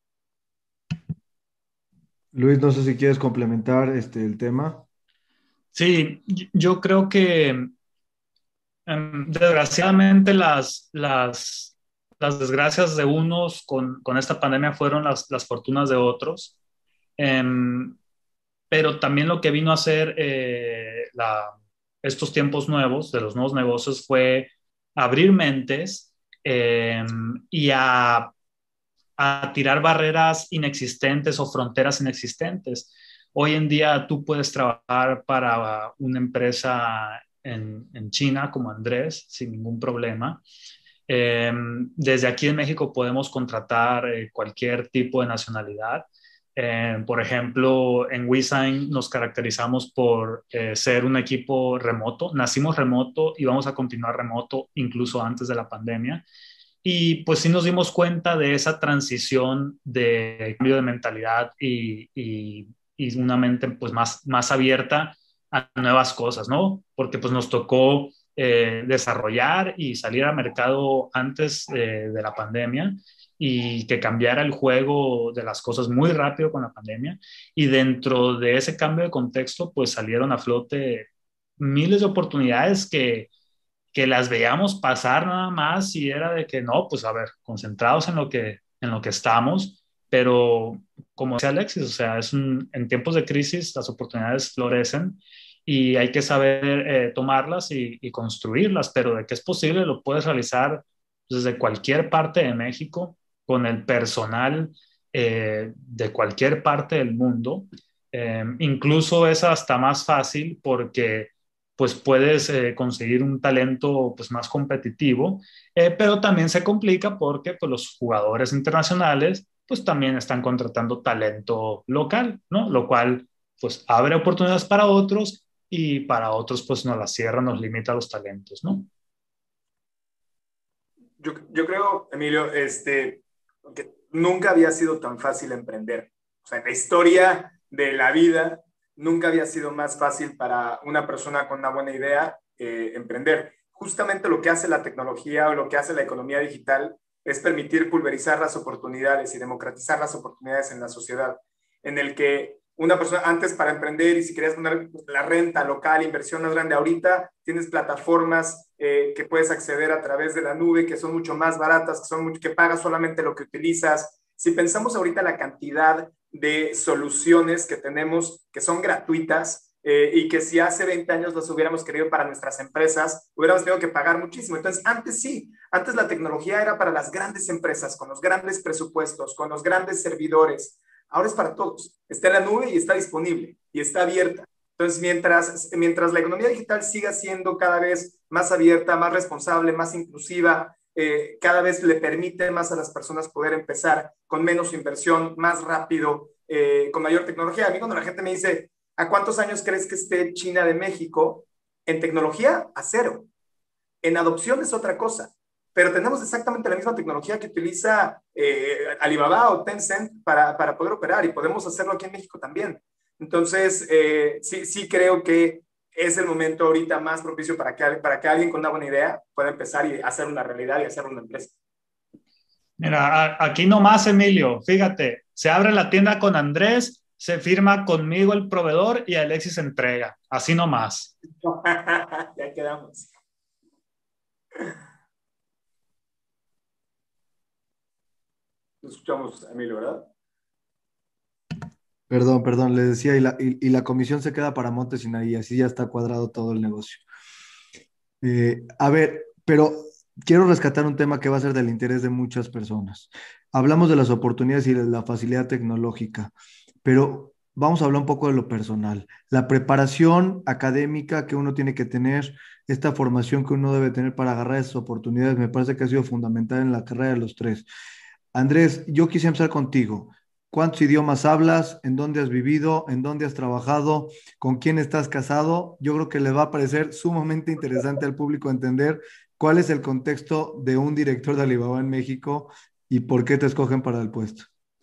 Luis, no sé si quieres complementar el tema. Sí, yo creo que desgraciadamente las desgracias de unos con esta pandemia fueron las fortunas de otros. Em, pero también lo que vino a hacer estos tiempos nuevos, de los nuevos negocios, fue abrir mentes y a tirar barreras inexistentes o fronteras inexistentes. Hoy en día tú puedes trabajar para una empresa en China como Andrés sin ningún problema. Desde aquí en México podemos contratar cualquier tipo de nacionalidad. Por ejemplo, en WeSign nos caracterizamos por ser un equipo remoto. Nacimos remoto y vamos a continuar remoto incluso antes de la pandemia. Y pues sí nos dimos cuenta de esa transición de cambio de mentalidad y una mente pues más abierta a nuevas cosas, ¿no? Porque pues nos tocó desarrollar y salir al mercado antes de la pandemia y que cambiara el juego de las cosas muy rápido con la pandemia. Y dentro de ese cambio de contexto, pues salieron a flote miles de oportunidades que las veíamos pasar nada más y era de que no, pues a ver, concentrados en lo que estamos, pero como decía Alexis, o sea, en tiempos de crisis las oportunidades florecen y hay que saber tomarlas y construirlas, pero de que es posible lo puedes realizar desde cualquier parte de México con el personal de cualquier parte del mundo. Incluso es hasta más fácil porque pues puedes conseguir un talento pues más competitivo, pero también se complica porque pues los jugadores internacionales pues también están contratando talento local, ¿no? Lo cual pues abre oportunidades para otros y para otros pues nos las cierra, nos limita los talentos, ¿no? Yo creo, Emilio, que nunca había sido tan fácil emprender. O sea, en la historia de la vida, nunca había sido más fácil para una persona con una buena idea emprender. Justamente lo que hace la tecnología o lo que hace la economía digital es permitir pulverizar las oportunidades y democratizar las oportunidades en la sociedad, en el que una persona antes para emprender y si querías poner la renta local, inversión más grande, ahorita tienes plataformas que puedes acceder a través de la nube, que son mucho más baratas, que pagas solamente lo que utilizas. Si pensamos ahorita la cantidad de soluciones que tenemos que son gratuitas y que si hace 20 años las hubiéramos querido para nuestras empresas, hubiéramos tenido que pagar muchísimo. Entonces, antes sí, antes la tecnología era para las grandes empresas, con los grandes presupuestos, con los grandes servidores. Ahora es para todos. Está en la nube y está disponible y está abierta. Entonces, mientras la economía digital siga siendo cada vez más abierta, más responsable, más inclusiva, cada vez le permite más a las personas poder empezar con menos inversión, más rápido, con mayor tecnología. A mí cuando la gente me dice, ¿a cuántos años crees que esté China de México? En tecnología, a 0. En adopción es otra cosa. Pero tenemos exactamente la misma tecnología que utiliza Alibaba o Tencent para poder operar y podemos hacerlo aquí en México también. Entonces, sí creo que es el momento ahorita más propicio para que alguien con una buena idea pueda empezar y hacer una realidad y hacer una empresa. Mira, aquí nomás, Emilio, fíjate, se abre la tienda con Andrés, se firma conmigo el proveedor y Alexis entrega, así nomás. Ya quedamos. Nos escuchamos, Emilio, ¿verdad? Perdón, le decía, y la comisión se queda para Montes Sinaí, así ya está cuadrado todo el negocio. A ver, pero quiero rescatar un tema que va a ser del interés de muchas personas. Hablamos de las oportunidades y de la facilidad tecnológica, pero vamos a hablar un poco de lo personal. La preparación académica que uno tiene que tener, esta formación que uno debe tener para agarrar esas oportunidades, me parece que ha sido fundamental en la carrera de los tres. Andrés, yo quisiera empezar contigo. ¿Cuántos idiomas hablas? ¿En dónde has vivido? ¿En dónde has trabajado? ¿Con quién estás casado? Yo creo que le va a parecer sumamente interesante al público entender cuál es el contexto de un director de Alibaba en México y por qué te escogen para el puesto.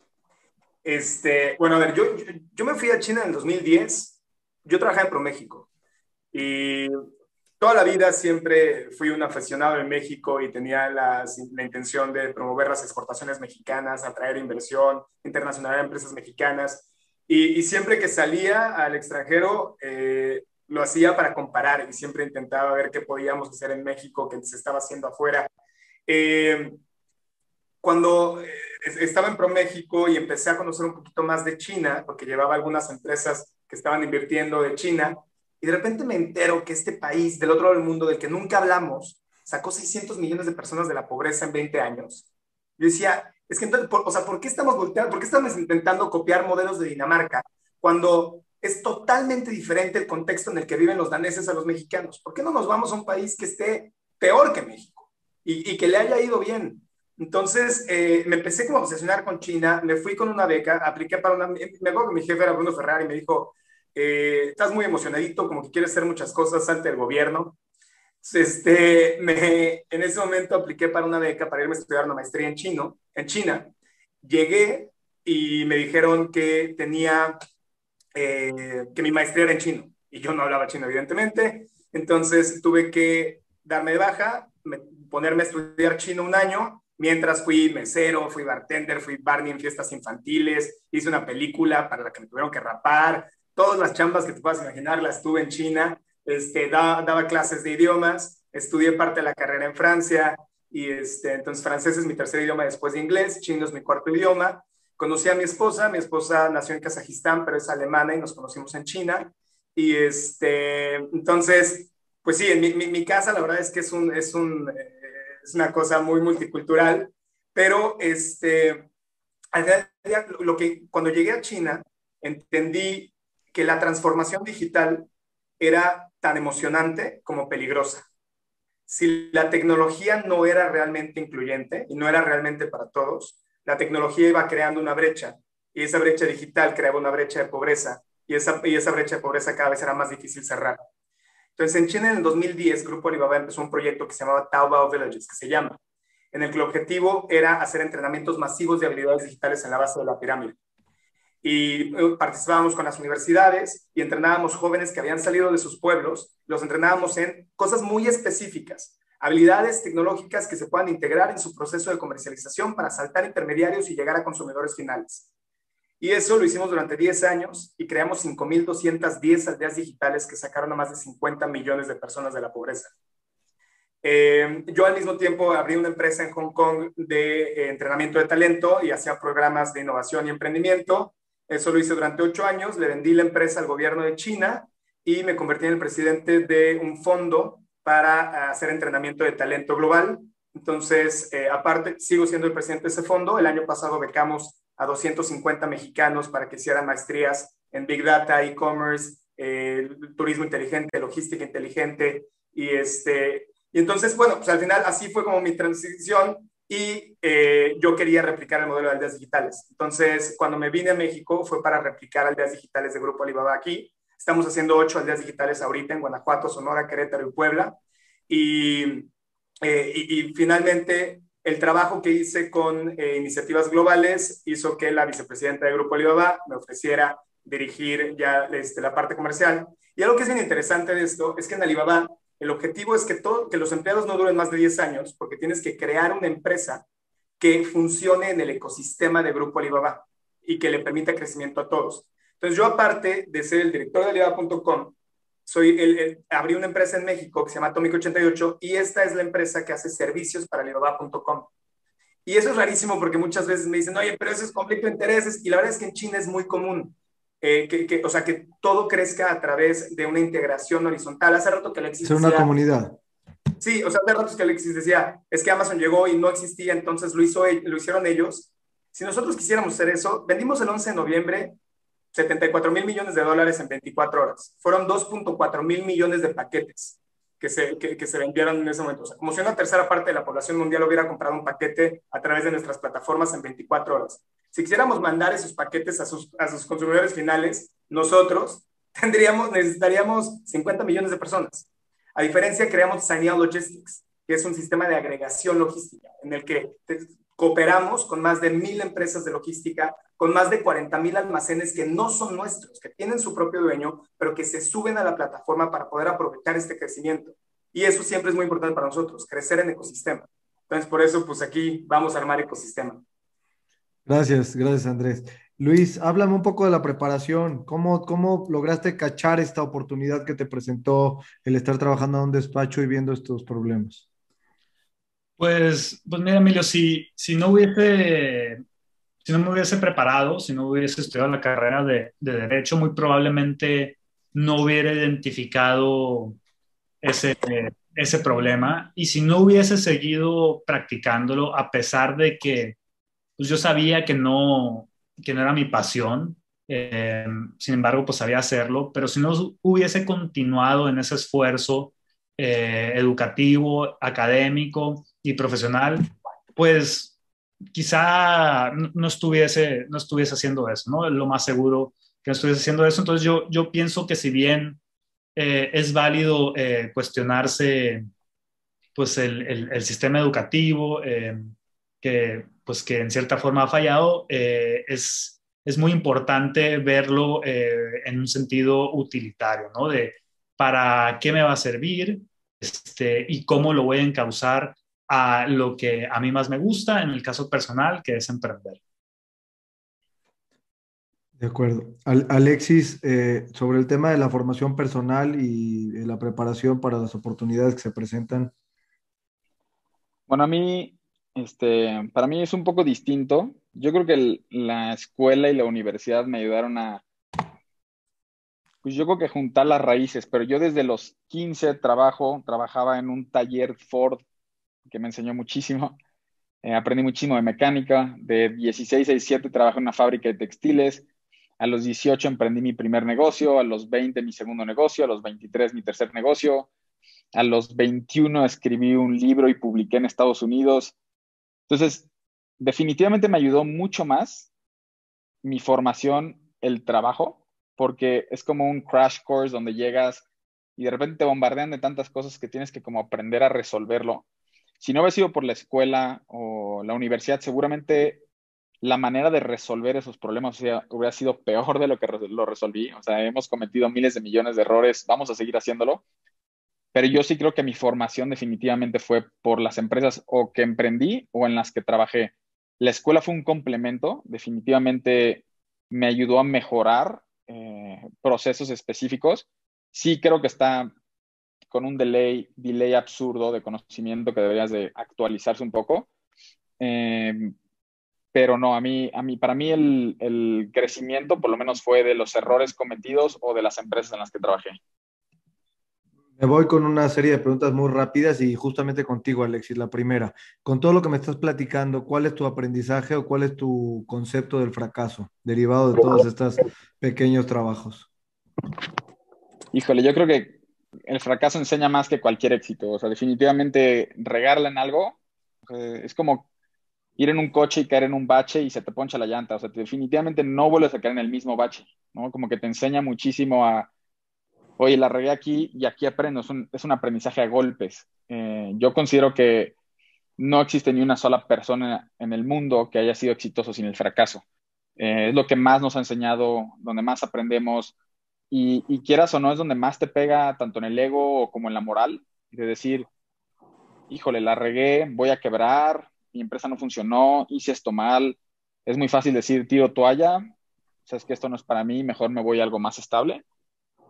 Bueno, a ver, yo me fui a China en el 2010. Yo trabajaba en ProMéxico y toda la vida siempre fui un aficionado en México y tenía la intención de promover las exportaciones mexicanas, atraer inversión internacional a empresas mexicanas. Y siempre que salía al extranjero, lo hacía para comparar y siempre intentaba ver qué podíamos hacer en México, que se estaba haciendo afuera. Eh, Cuando estaba en ProMéxico y empecé a conocer un poquito más de China, porque llevaba algunas empresas que estaban invirtiendo de China, y de repente me entero que este país del otro lado del mundo, del que nunca hablamos, sacó 600 millones de personas de la pobreza en 20 años. Yo decía, es que entonces, o sea, ¿por qué estamos volteando? ¿Por qué estamos intentando copiar modelos de Dinamarca cuando es totalmente diferente el contexto en el que viven los daneses a los mexicanos? ¿Por qué no nos vamos a un país que esté peor que México y que le haya ido bien? Entonces, me empecé como a obsesionar con China, me fui con una beca, apliqué para una... Me acuerdo que mi jefe era Bruno Ferrari y me dijo, estás muy emocionadito, como que quieres hacer muchas cosas ante el gobierno. Entonces, en ese momento apliqué para una beca para irme a estudiar una maestría en China. Llegué y me dijeron que tenía, que mi maestría era en chino. Y yo no hablaba chino, evidentemente. Entonces, tuve que darme de baja, ponerme a estudiar chino un año. Mientras fui mesero, fui bartender, fui Barney en fiestas infantiles, hice una película para la que me tuvieron que rapar, todas las chambas que te puedas imaginar las tuve en China, daba clases de idiomas, estudié parte de la carrera en Francia, y entonces francés es mi tercer idioma después de inglés, chino es mi cuarto idioma. Conocí a mi esposa nació en Kazajistán, pero es alemana y nos conocimos en China, y entonces, pues sí, en mi casa la verdad es que es una cosa muy multicultural, pero al final del día, cuando llegué a China, entendí que la transformación digital era tan emocionante como peligrosa. Si la tecnología no era realmente incluyente y no era realmente para todos, la tecnología iba creando una brecha y esa brecha digital creaba una brecha de pobreza y esa brecha de pobreza cada vez era más difícil cerrar. Entonces, en China, en el 2010, Grupo Alibaba empezó un proyecto que se llamaba Taobao Villages, que se llama, en el que el objetivo era hacer entrenamientos masivos de habilidades digitales en la base de la pirámide. Y participábamos con las universidades y entrenábamos jóvenes que habían salido de sus pueblos, los entrenábamos en cosas muy específicas, habilidades tecnológicas que se puedan integrar en su proceso de comercialización para saltar intermediarios y llegar a consumidores finales. Y eso lo hicimos durante 10 años y creamos 5,210 aldeas digitales que sacaron a más de 50 millones de personas de la pobreza. Yo al mismo tiempo abrí una empresa en Hong Kong de entrenamiento de talento y hacía programas de innovación y emprendimiento. Eso lo hice durante 8 años, le vendí la empresa al gobierno de China y me convertí en el presidente de un fondo para hacer entrenamiento de talento global. Entonces, aparte, sigo siendo el presidente de ese fondo. El año pasado becamos a 250 mexicanos para que hicieran maestrías en Big Data, e-commerce, turismo inteligente, logística inteligente. Y entonces, bueno, pues al final así fue como mi transición y yo quería replicar el modelo de aldeas digitales. Entonces, cuando me vine a México fue para replicar aldeas digitales de Grupo Alibaba aquí. Estamos haciendo 8 aldeas digitales ahorita en Guanajuato, Sonora, Querétaro y Puebla. Y finalmente el trabajo que hice con iniciativas globales hizo que la vicepresidenta de Grupo Alibaba me ofreciera dirigir ya la parte comercial. Y algo que es bien interesante de esto es que en Alibaba el objetivo es que los empleados no duren más de 10 años porque tienes que crear una empresa que funcione en el ecosistema de Grupo Alibaba y que le permita crecimiento a todos. Entonces yo, aparte de ser el director de Alibaba.com, abrí una empresa en México que se llama Atomic 88 y esta es la empresa que hace servicios para Alibaba.com. Y eso es rarísimo porque muchas veces me dicen, oye, pero eso es conflicto de intereses. Y la verdad es que en China es muy común o sea, que todo crezca a través de una integración horizontal. Hace rato que Alexis Ser una comunidad. Sí, o sea, hace rato que Alexis decía, es que Amazon llegó y no existía, entonces lo hicieron ellos. Si nosotros quisiéramos hacer eso, vendimos el 11 de noviembre 74 mil millones de dólares en 24 horas. Fueron 2.4 mil millones de paquetes que se vendieron en ese momento. O sea, como si una tercera parte de la población mundial hubiera comprado un paquete a través de nuestras plataformas en 24 horas. Si quisiéramos mandar esos paquetes a sus consumidores finales, nosotros necesitaríamos 50 millones de personas. A diferencia, creamos Zaniao Logistics, que es un sistema de agregación logística en el que cooperamos con más de 1,000 empresas de logística, con más de 40,000 almacenes que no son nuestros, que tienen su propio dueño, pero que se suben a la plataforma para poder aprovechar este crecimiento. Y eso siempre es muy importante para nosotros, crecer en ecosistema. Entonces, por eso, pues aquí vamos a armar ecosistema. Gracias, gracias Andrés. Luis, háblame un poco de la preparación. ¿Cómo lograste cachar esta oportunidad que te presentó el estar trabajando en un despacho y viendo estos problemas? Pues mira, Emilio, si no me hubiese preparado, si no hubiese estudiado la carrera de Derecho, muy probablemente no hubiera identificado ese, ese problema. Y si no hubiese seguido practicándolo, a pesar de que pues yo sabía que no era mi pasión, sin embargo, pues sabía hacerlo, pero si no hubiese continuado en ese esfuerzo educativo, académico y profesional, pues quizá no estuviese haciendo eso, ¿no? Es lo más seguro que no estuviese haciendo eso. Entonces yo pienso que si bien es válido cuestionarse pues el sistema educativo, que en cierta forma ha fallado, es muy importante verlo en un sentido utilitario, ¿no? De para qué me va a servir y cómo lo voy a encauzar a lo que a mí más me gusta, en el caso personal, que es emprender. De acuerdo. Alexis, sobre el tema de la formación personal y la preparación para las oportunidades que se presentan. Bueno, para mí es un poco distinto. Yo creo que la escuela y la universidad me ayudaron pues yo creo que juntar las raíces, pero yo desde los 15 trabajaba en un taller Ford que me enseñó muchísimo. Aprendí muchísimo de mecánica. De 16 a 17 trabajé en una fábrica de textiles. A los 18 emprendí mi primer negocio. A los 20 mi segundo negocio. A los 23 mi tercer negocio. A los 21 escribí un libro y publiqué en Estados Unidos. Entonces, definitivamente me ayudó mucho más mi formación, el trabajo, porque es como un crash course donde llegas y de repente te bombardean de tantas cosas que tienes que como aprender a resolverlo. Si no hubiera sido por la escuela o la universidad, seguramente la manera de resolver esos problemas hubiera sido peor de lo que lo resolví. O sea, hemos cometido miles de millones de errores, vamos a seguir haciéndolo. Pero yo sí creo que mi formación definitivamente fue por las empresas o que emprendí o en las que trabajé. La escuela fue un complemento, definitivamente me ayudó a mejorar procesos específicos. Sí creo que está con un delay absurdo de conocimiento que deberías de actualizarse un poco. Pero no, para mí el crecimiento por lo menos fue de los errores cometidos o de las empresas en las que trabajé. Me voy con una serie de preguntas muy rápidas y justamente contigo, Alexis. La primera, con todo lo que me estás platicando, ¿cuál es tu aprendizaje o cuál es tu concepto del fracaso derivado de todos estos pequeños trabajos? Híjole, yo creo que el fracaso enseña más que cualquier éxito. O sea, definitivamente regarla en algo es como ir en un coche y caer en un bache y se te poncha la llanta. O sea, definitivamente no vuelves a caer en el mismo bache, ¿no? Como que te enseña muchísimo oye, la regué aquí y aquí aprendo. Es un aprendizaje a golpes. Yo considero que no existe ni una sola persona en el mundo que haya sido exitoso sin el fracaso. Es lo que más nos ha enseñado, donde más aprendemos y quieras o no es donde más te pega tanto en el ego como en la moral, de decir, híjole, la regué, voy a quebrar, mi empresa no funcionó, hice esto mal. Es muy fácil decir, tiro toalla, sabes que esto no es para mí, mejor me voy a algo más estable.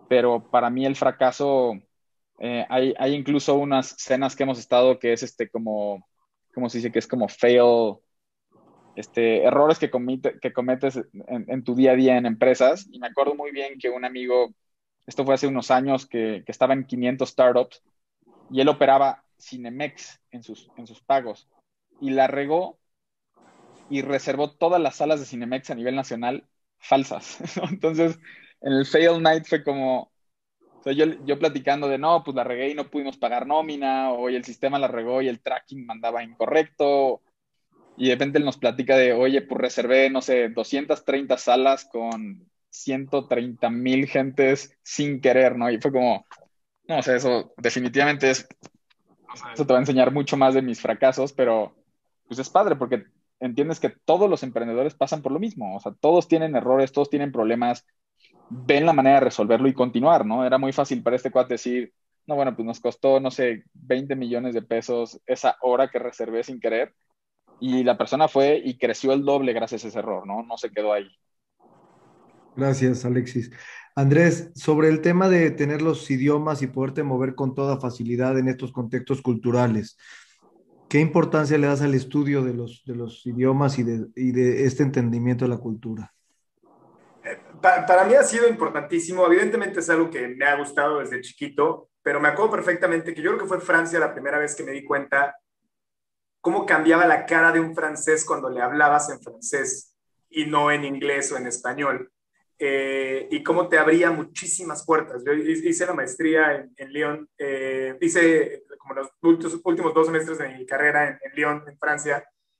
pero para mí el fracaso, hay incluso unas cenas que hemos estado que es como, ¿cómo se dice? Que es como fail, errores que cometes en tu día a día en empresas. Y me acuerdo muy bien que un amigo, esto fue hace unos años, que estaba en 500 startups y él operaba Cinemex en sus pagos y la regó y reservó todas las salas de Cinemex a nivel nacional falsas. Entonces, en el fail night fue como, o sea, yo platicando de, no, pues la regué y no pudimos pagar nómina, o el sistema la regó y el tracking mandaba incorrecto, y de repente él nos platica de, oye, pues reservé, no sé, 230 salas con 130,000 gentes sin querer, ¿no? Y fue como, no, o sea, eso definitivamente eso te va a enseñar mucho más de mis fracasos, pero pues es padre porque entiendes que todos los emprendedores pasan por lo mismo, o sea, todos tienen errores, todos tienen problemas, ven la manera de resolverlo y continuar, ¿no? Era muy fácil para este cuate decir, no, bueno, pues nos costó, no sé, 20 millones de pesos esa hora que reservé sin querer, y la persona fue y creció el doble gracias a ese error, ¿no? No se quedó ahí. Gracias, Alexis. Andrés, sobre el tema de tener los idiomas y poderte mover con toda facilidad en estos contextos culturales, ¿qué importancia le das al estudio de los idiomas y de este entendimiento de la cultura? Para mí ha sido importantísimo. Evidentemente es algo que me ha gustado desde chiquito, pero me acuerdo perfectamente que yo creo que fue Francia la primera vez que me di cuenta cómo cambiaba la cara de un francés cuando le hablabas en francés y no en inglés o en español. Y cómo te abría muchísimas puertas. Yo hice la maestría en Lyon, hice como los últimos 2 semestres de mi carrera en Lyon, en Francia,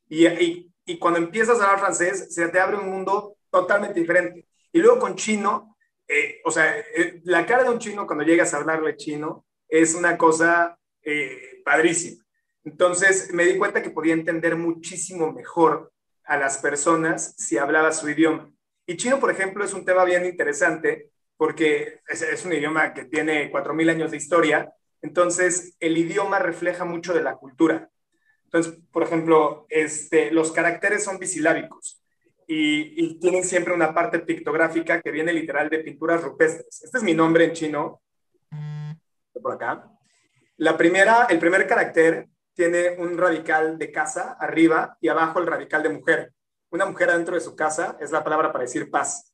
y cuando empiezas a hablar francés, se te abre un mundo totalmente diferente. Y luego con chino, o sea, la cara de un chino cuando llegas a hablarle chino es una cosa padrísima. Entonces me di cuenta que podía entender muchísimo mejor a las personas si hablaba su idioma. Y chino, por ejemplo, es un tema bien interesante porque es un idioma que tiene 4.000 años de historia, entonces el idioma refleja mucho de la cultura. Entonces, por ejemplo, los caracteres son bisilábicos y tienen siempre una parte pictográfica que viene literal de pinturas rupestres. Este es mi nombre en chino, por acá. El primer carácter tiene un radical de casa arriba y abajo el radical de mujer. Una mujer adentro de su casa es la palabra para decir paz.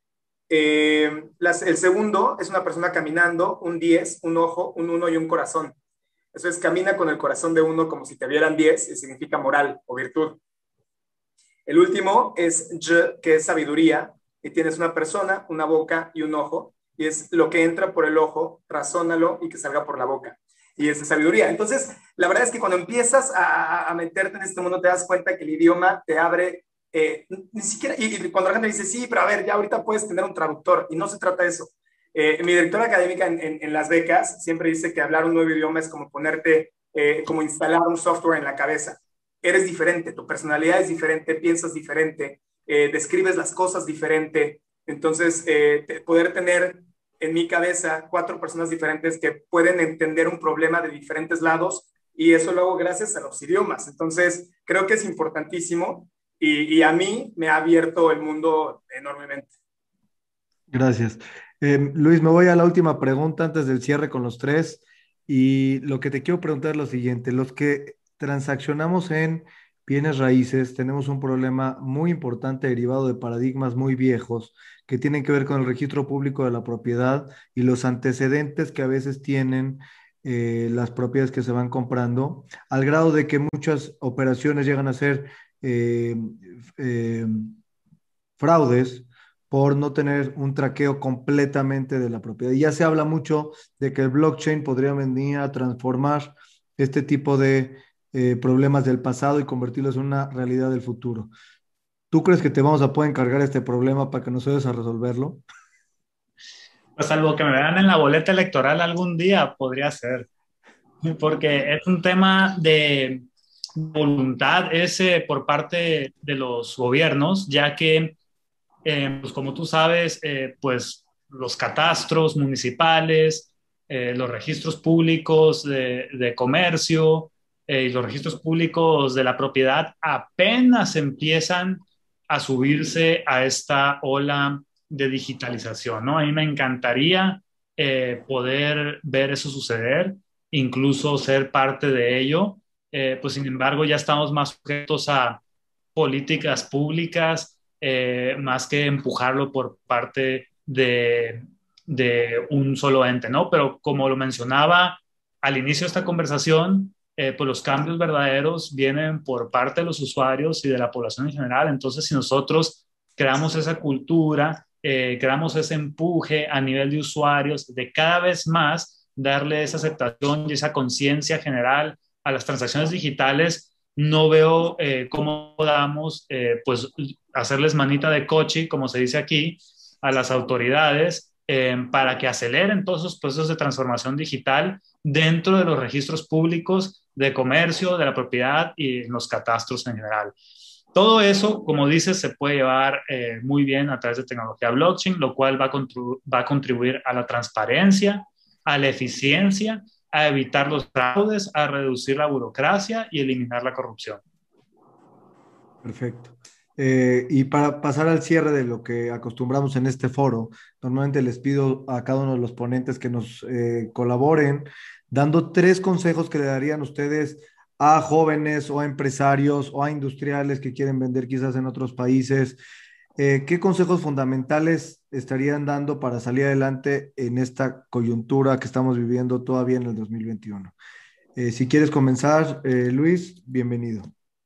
El segundo es una persona caminando, un 10, un ojo, un 1 y un corazón. Eso es, camina con el corazón de uno como si te vieran 10 y significa moral o virtud. El último es je, que es sabiduría, y tienes una persona, una boca y un ojo, y es lo que entra por el ojo, razónalo y que salga por la boca. Y es sabiduría. Entonces, la verdad es que cuando empiezas a meterte en este mundo, te das cuenta que el idioma te abre, ni siquiera, y cuando la gente dice, sí, pero a ver, ya ahorita puedes tener un traductor, y no se trata de eso. Mi directora académica en las becas siempre dice que hablar un nuevo idioma es como ponerte, como instalar un software en la cabeza. Eres diferente, tu personalidad es diferente, piensas diferente, describes las cosas diferente. Entonces, poder tener en mi cabeza 4 personas diferentes que pueden entender un problema de diferentes lados, y eso lo hago gracias a los idiomas. Entonces, creo que es importantísimo y a mí me ha abierto el mundo enormemente. Gracias. Luis, me voy a la última pregunta antes del cierre con los tres. Y lo que te quiero preguntar es lo siguiente. Los que transaccionamos en bienes raíces tenemos un problema muy importante derivado de paradigmas muy viejos que tienen que ver con el registro público de la propiedad y los antecedentes que a veces tienen las propiedades que se van comprando, al grado de que muchas operaciones llegan a ser eh, eh, fraudes por no tener un traqueo completamente de la propiedad. Y ya se habla mucho de que el blockchain podría venir a transformar este tipo de problemas del pasado y convertirlos en una realidad del futuro. ¿Tú crees que te vamos a poder encargar este problema para que nos ayudes a resolverlo? Pues salvo que me vean en la boleta electoral algún día, podría ser, porque es un tema de voluntad ese por parte de los gobiernos, ya que, pues como tú sabes, pues los catastros municipales, los registros públicos de comercio y los registros públicos de la propiedad apenas empiezan a subirse a esta ola de digitalización, ¿no? A mí me encantaría poder ver eso suceder, incluso ser parte de ello. Pues sin embargo ya estamos más sujetos a políticas públicas, más que empujarlo por parte de un solo ente, ¿no? Pero como lo mencionaba al inicio de esta conversación, pues los cambios verdaderos vienen por parte de los usuarios y de la población en general. Entonces, si nosotros creamos esa cultura, creamos ese empuje a nivel de usuarios, de cada vez más darle esa aceptación y esa conciencia general a las transacciones digitales, no veo cómo podamos pues hacerles manita de coche, como se dice aquí, a las autoridades para que aceleren todos esos procesos de transformación digital dentro de los registros públicos de comercio, de la propiedad y los catastros en general. Todo eso, como dices, se puede llevar muy bien a través de tecnología blockchain, lo cual va a contribuir a la transparencia, a la eficiencia, a evitar los fraudes, a reducir la burocracia y eliminar la corrupción. Perfecto. Y para pasar al cierre de lo que acostumbramos en este foro, normalmente les pido a cada uno de los ponentes que nos colaboren dando 3 consejos que le darían ustedes a jóvenes o a empresarios o a industriales que quieren vender quizás en otros países. ¿Qué consejos fundamentales estarían dando para salir adelante en esta coyuntura que estamos viviendo todavía en el 2021? Si quieres comenzar, Luis, bienvenido.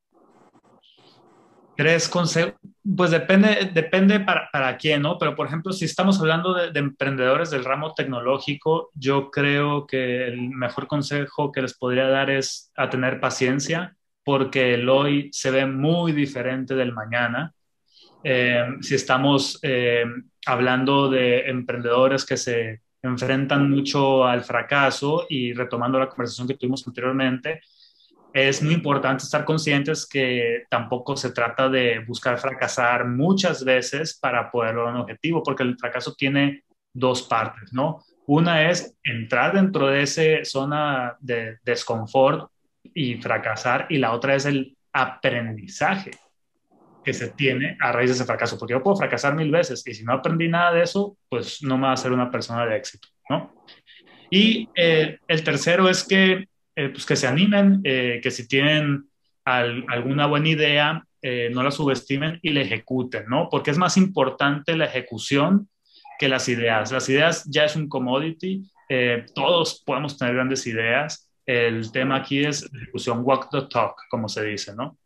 3 consejos, pues depende para quién, ¿no? Pero, por ejemplo, si estamos hablando de emprendedores del ramo tecnológico, yo creo que el mejor consejo que les podría dar es a tener paciencia, porque el hoy se ve muy diferente del mañana. Si estamos hablando de emprendedores que se enfrentan mucho al fracaso y retomando la conversación que tuvimos anteriormente, es muy importante estar conscientes que tampoco se trata de buscar fracasar muchas veces para poder lograr un objetivo, porque el fracaso tiene 2 partes, ¿no? Una es entrar dentro de esa zona de desconfort y fracasar, y la otra es el aprendizaje que se tiene a raíz de ese fracaso, porque yo puedo fracasar 1000 veces y si no aprendí nada de eso, pues no me va a ser una persona de éxito, ¿no? Y el tercero es pues que se animen, que si tienen alguna buena idea, no la subestimen y la ejecuten, ¿no? Porque es más importante la ejecución que las ideas. Las ideas ya es un commodity, todos podemos tener grandes ideas. El tema aquí es la ejecución, walk the talk, como se dice, ¿no?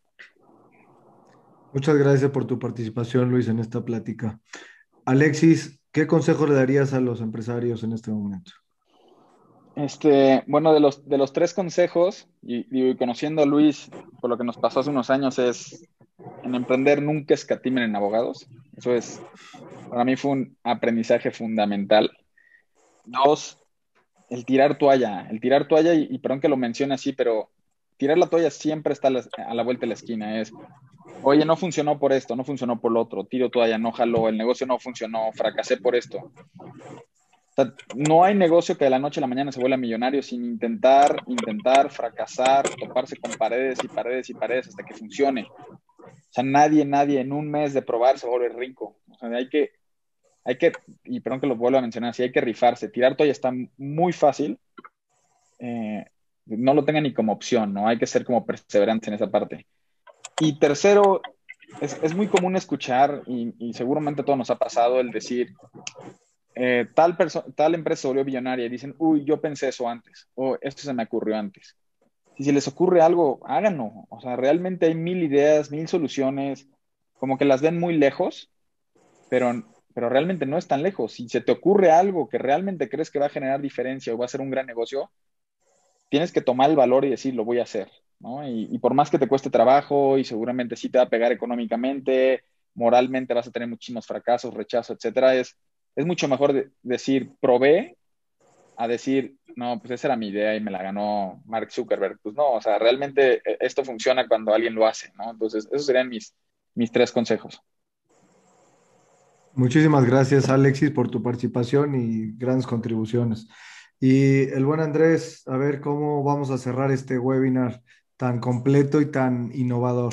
Muchas gracias por tu participación, Luis, en esta plática. Alexis, ¿qué consejo le darías a los empresarios en este momento? Bueno, de los 3 consejos, y conociendo a Luis, por lo que nos pasó hace unos años, es en emprender nunca escatimen en abogados. Eso es, para mí fue un aprendizaje fundamental. 2, el tirar toalla, y perdón que lo mencione así, pero tirar la toalla siempre está a la vuelta de la esquina. Oye, no funcionó por esto, no funcionó por lo otro, tiro toalla, no jaló, el negocio no funcionó, fracasé por esto. O sea, no hay negocio que de la noche a la mañana se vuelva millonario sin intentar, fracasar, toparse con paredes y paredes y paredes hasta que funcione. O sea, nadie en un mes de probar se vuelve rico. O sea, y perdón que lo vuelvo a mencionar, sí hay que rifarse. Tirar toalla está muy fácil. No lo tengan ni como opción, ¿no? Hay que ser como perseverantes en esa parte. Y tercero, es muy común escuchar, y seguramente a todos nos ha pasado, el decir, tal empresa se volvió billonaria y dicen, uy, yo pensé eso antes, o esto se me ocurrió antes. Y si les ocurre algo, háganlo. O sea, realmente hay 1000 ideas, 1000 soluciones, como que las ven muy lejos, pero realmente no es tan lejos. Si se te ocurre algo que realmente crees que va a generar diferencia o va a ser un gran negocio, tienes que tomar el valor y decir, lo voy a hacer, ¿no? Y por más que te cueste trabajo y seguramente sí te va a pegar económicamente, moralmente vas a tener muchísimos fracasos, rechazo, etcétera, es mucho mejor decir, probé, a decir, no, pues esa era mi idea y me la ganó Mark Zuckerberg. Pues no, o sea, realmente esto funciona cuando alguien lo hace, ¿no? Entonces, esos serían mis 3 consejos. Muchísimas gracias, Alexis, por tu participación y grandes contribuciones. Y el buen Andrés, a ver cómo vamos a cerrar este webinar tan completo y tan innovador.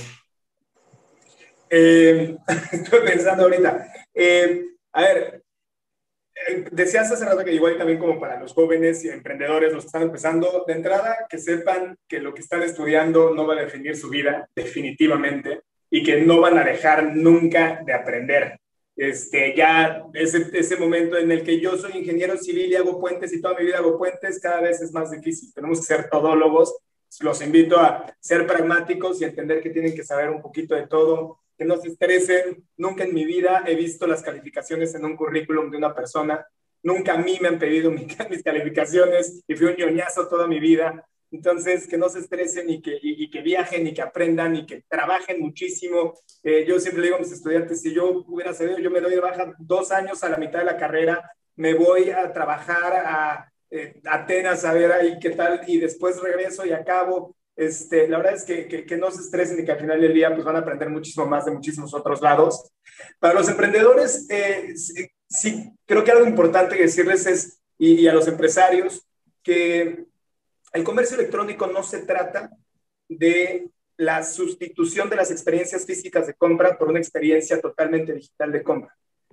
Estoy pensando ahorita. A ver, decías hace rato que igual también como para los jóvenes y emprendedores, los que están empezando, de entrada, que sepan que lo que están estudiando no va a definir su vida, definitivamente, y que no van a dejar nunca de aprender. Ya ese momento en el que yo soy ingeniero civil y hago puentes y toda mi vida hago puentes, cada vez es más difícil. Tenemos que ser todólogos. Los invito a ser pragmáticos y entender que tienen que saber un poquito de todo, que no se estresen. Nunca en mi vida he visto las calificaciones en un currículum de una persona. Nunca a mí me han pedido mis calificaciones y fui un ñoñazo toda mi vida. Entonces, que no se estresen y que viajen y que aprendan y que trabajen muchísimo. Yo siempre le digo a mis estudiantes, si yo hubiera sabido, yo me doy de baja 2 años a la mitad de la carrera, me voy a trabajar a Atenas a ver ahí qué tal y después regreso y acabo. La verdad es que no se estresen y que al final del día pues van a aprender muchísimo más de muchísimos otros lados. Para los emprendedores, sí, creo que algo importante decirles es, y a los empresarios, que el comercio electrónico no se trata de la sustitución de las experiencias físicas de compra por una experiencia totalmente digital de compra.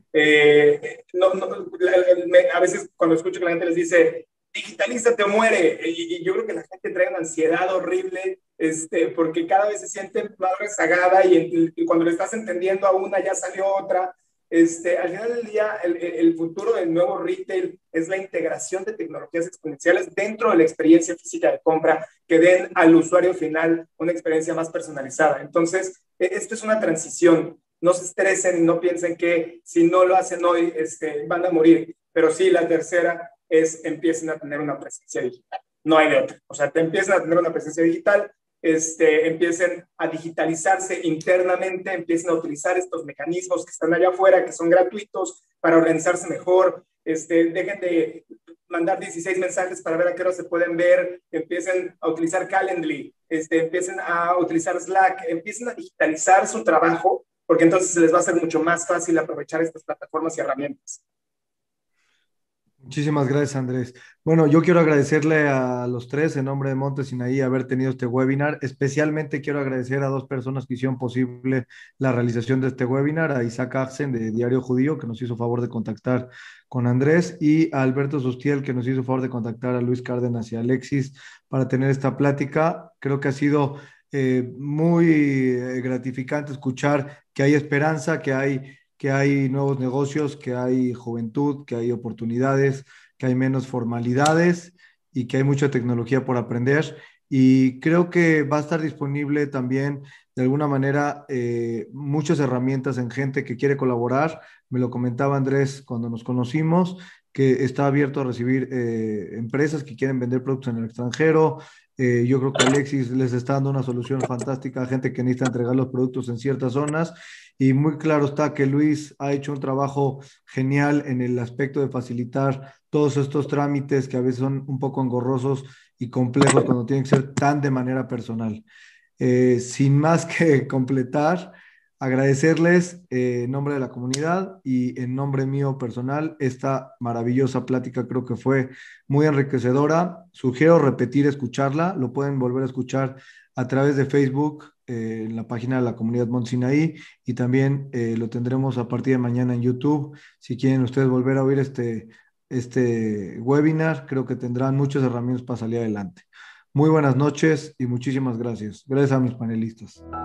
A veces cuando escucho que la gente les dice, digitalízate o muere, y yo creo que la gente trae una ansiedad horrible, porque cada vez se siente más rezagada y cuando le estás entendiendo a una ya salió otra. Al final del día, el futuro del nuevo retail es la integración de tecnologías exponenciales dentro de la experiencia física de compra que den al usuario final una experiencia más personalizada. Entonces, esto es una transición. No se estresen y no piensen que si no lo hacen hoy van a morir. Pero sí, la tercera es empiecen a tener una presencia digital. No hay de otra. O sea, te empiezan a tener una presencia digital, empiecen a digitalizarse internamente, empiecen a utilizar estos mecanismos que están allá afuera, que son gratuitos, para organizarse mejor. Dejen de mandar 16 mensajes para ver a qué hora se pueden ver, empiecen a utilizar Calendly, empiecen a utilizar Slack, empiecen a digitalizar su trabajo, porque entonces les va a ser mucho más fácil aprovechar estas plataformas y herramientas. Muchísimas gracias, Andrés. Bueno, yo quiero agradecerle a los tres en nombre de Monte Sinaí haber tenido este webinar. Especialmente quiero agradecer a 2 personas que hicieron posible la realización de este webinar, a Isaac Axen de Diario Judío, que nos hizo favor de contactar con Andrés, y a Alberto Sustiel, que nos hizo favor de contactar a Luis Cárdenas y a Alexis para tener esta plática. Creo que ha sido muy gratificante escuchar que hay esperanza, que hay nuevos negocios, que hay juventud, que hay oportunidades, que hay menos formalidades y que hay mucha tecnología por aprender. Y creo que va a estar disponible también, de alguna manera, muchas herramientas en gente que quiere colaborar. Me lo comentaba Andrés cuando nos conocimos, que está abierto a recibir empresas que quieren vender productos en el extranjero. Yo creo que Alexis les está dando una solución fantástica a gente que necesita entregar los productos en ciertas zonas. Y muy claro está que Luis ha hecho un trabajo genial en el aspecto de facilitar todos estos trámites que a veces son un poco engorrosos y complejos cuando tienen que ser tan de manera personal. Sin más que completar, agradecerles en nombre de la comunidad y en nombre mío personal esta maravillosa plática. Creo que fue muy enriquecedora. Sugiero repetir, escucharla. Lo pueden volver a escuchar a través de Facebook, en la página de la comunidad Monte Sinaí, y también lo tendremos a partir de mañana en YouTube. Si quieren ustedes volver a oír este webinar, creo que tendrán muchas herramientas para salir adelante. Muy buenas noches y muchísimas gracias. Gracias a mis panelistas.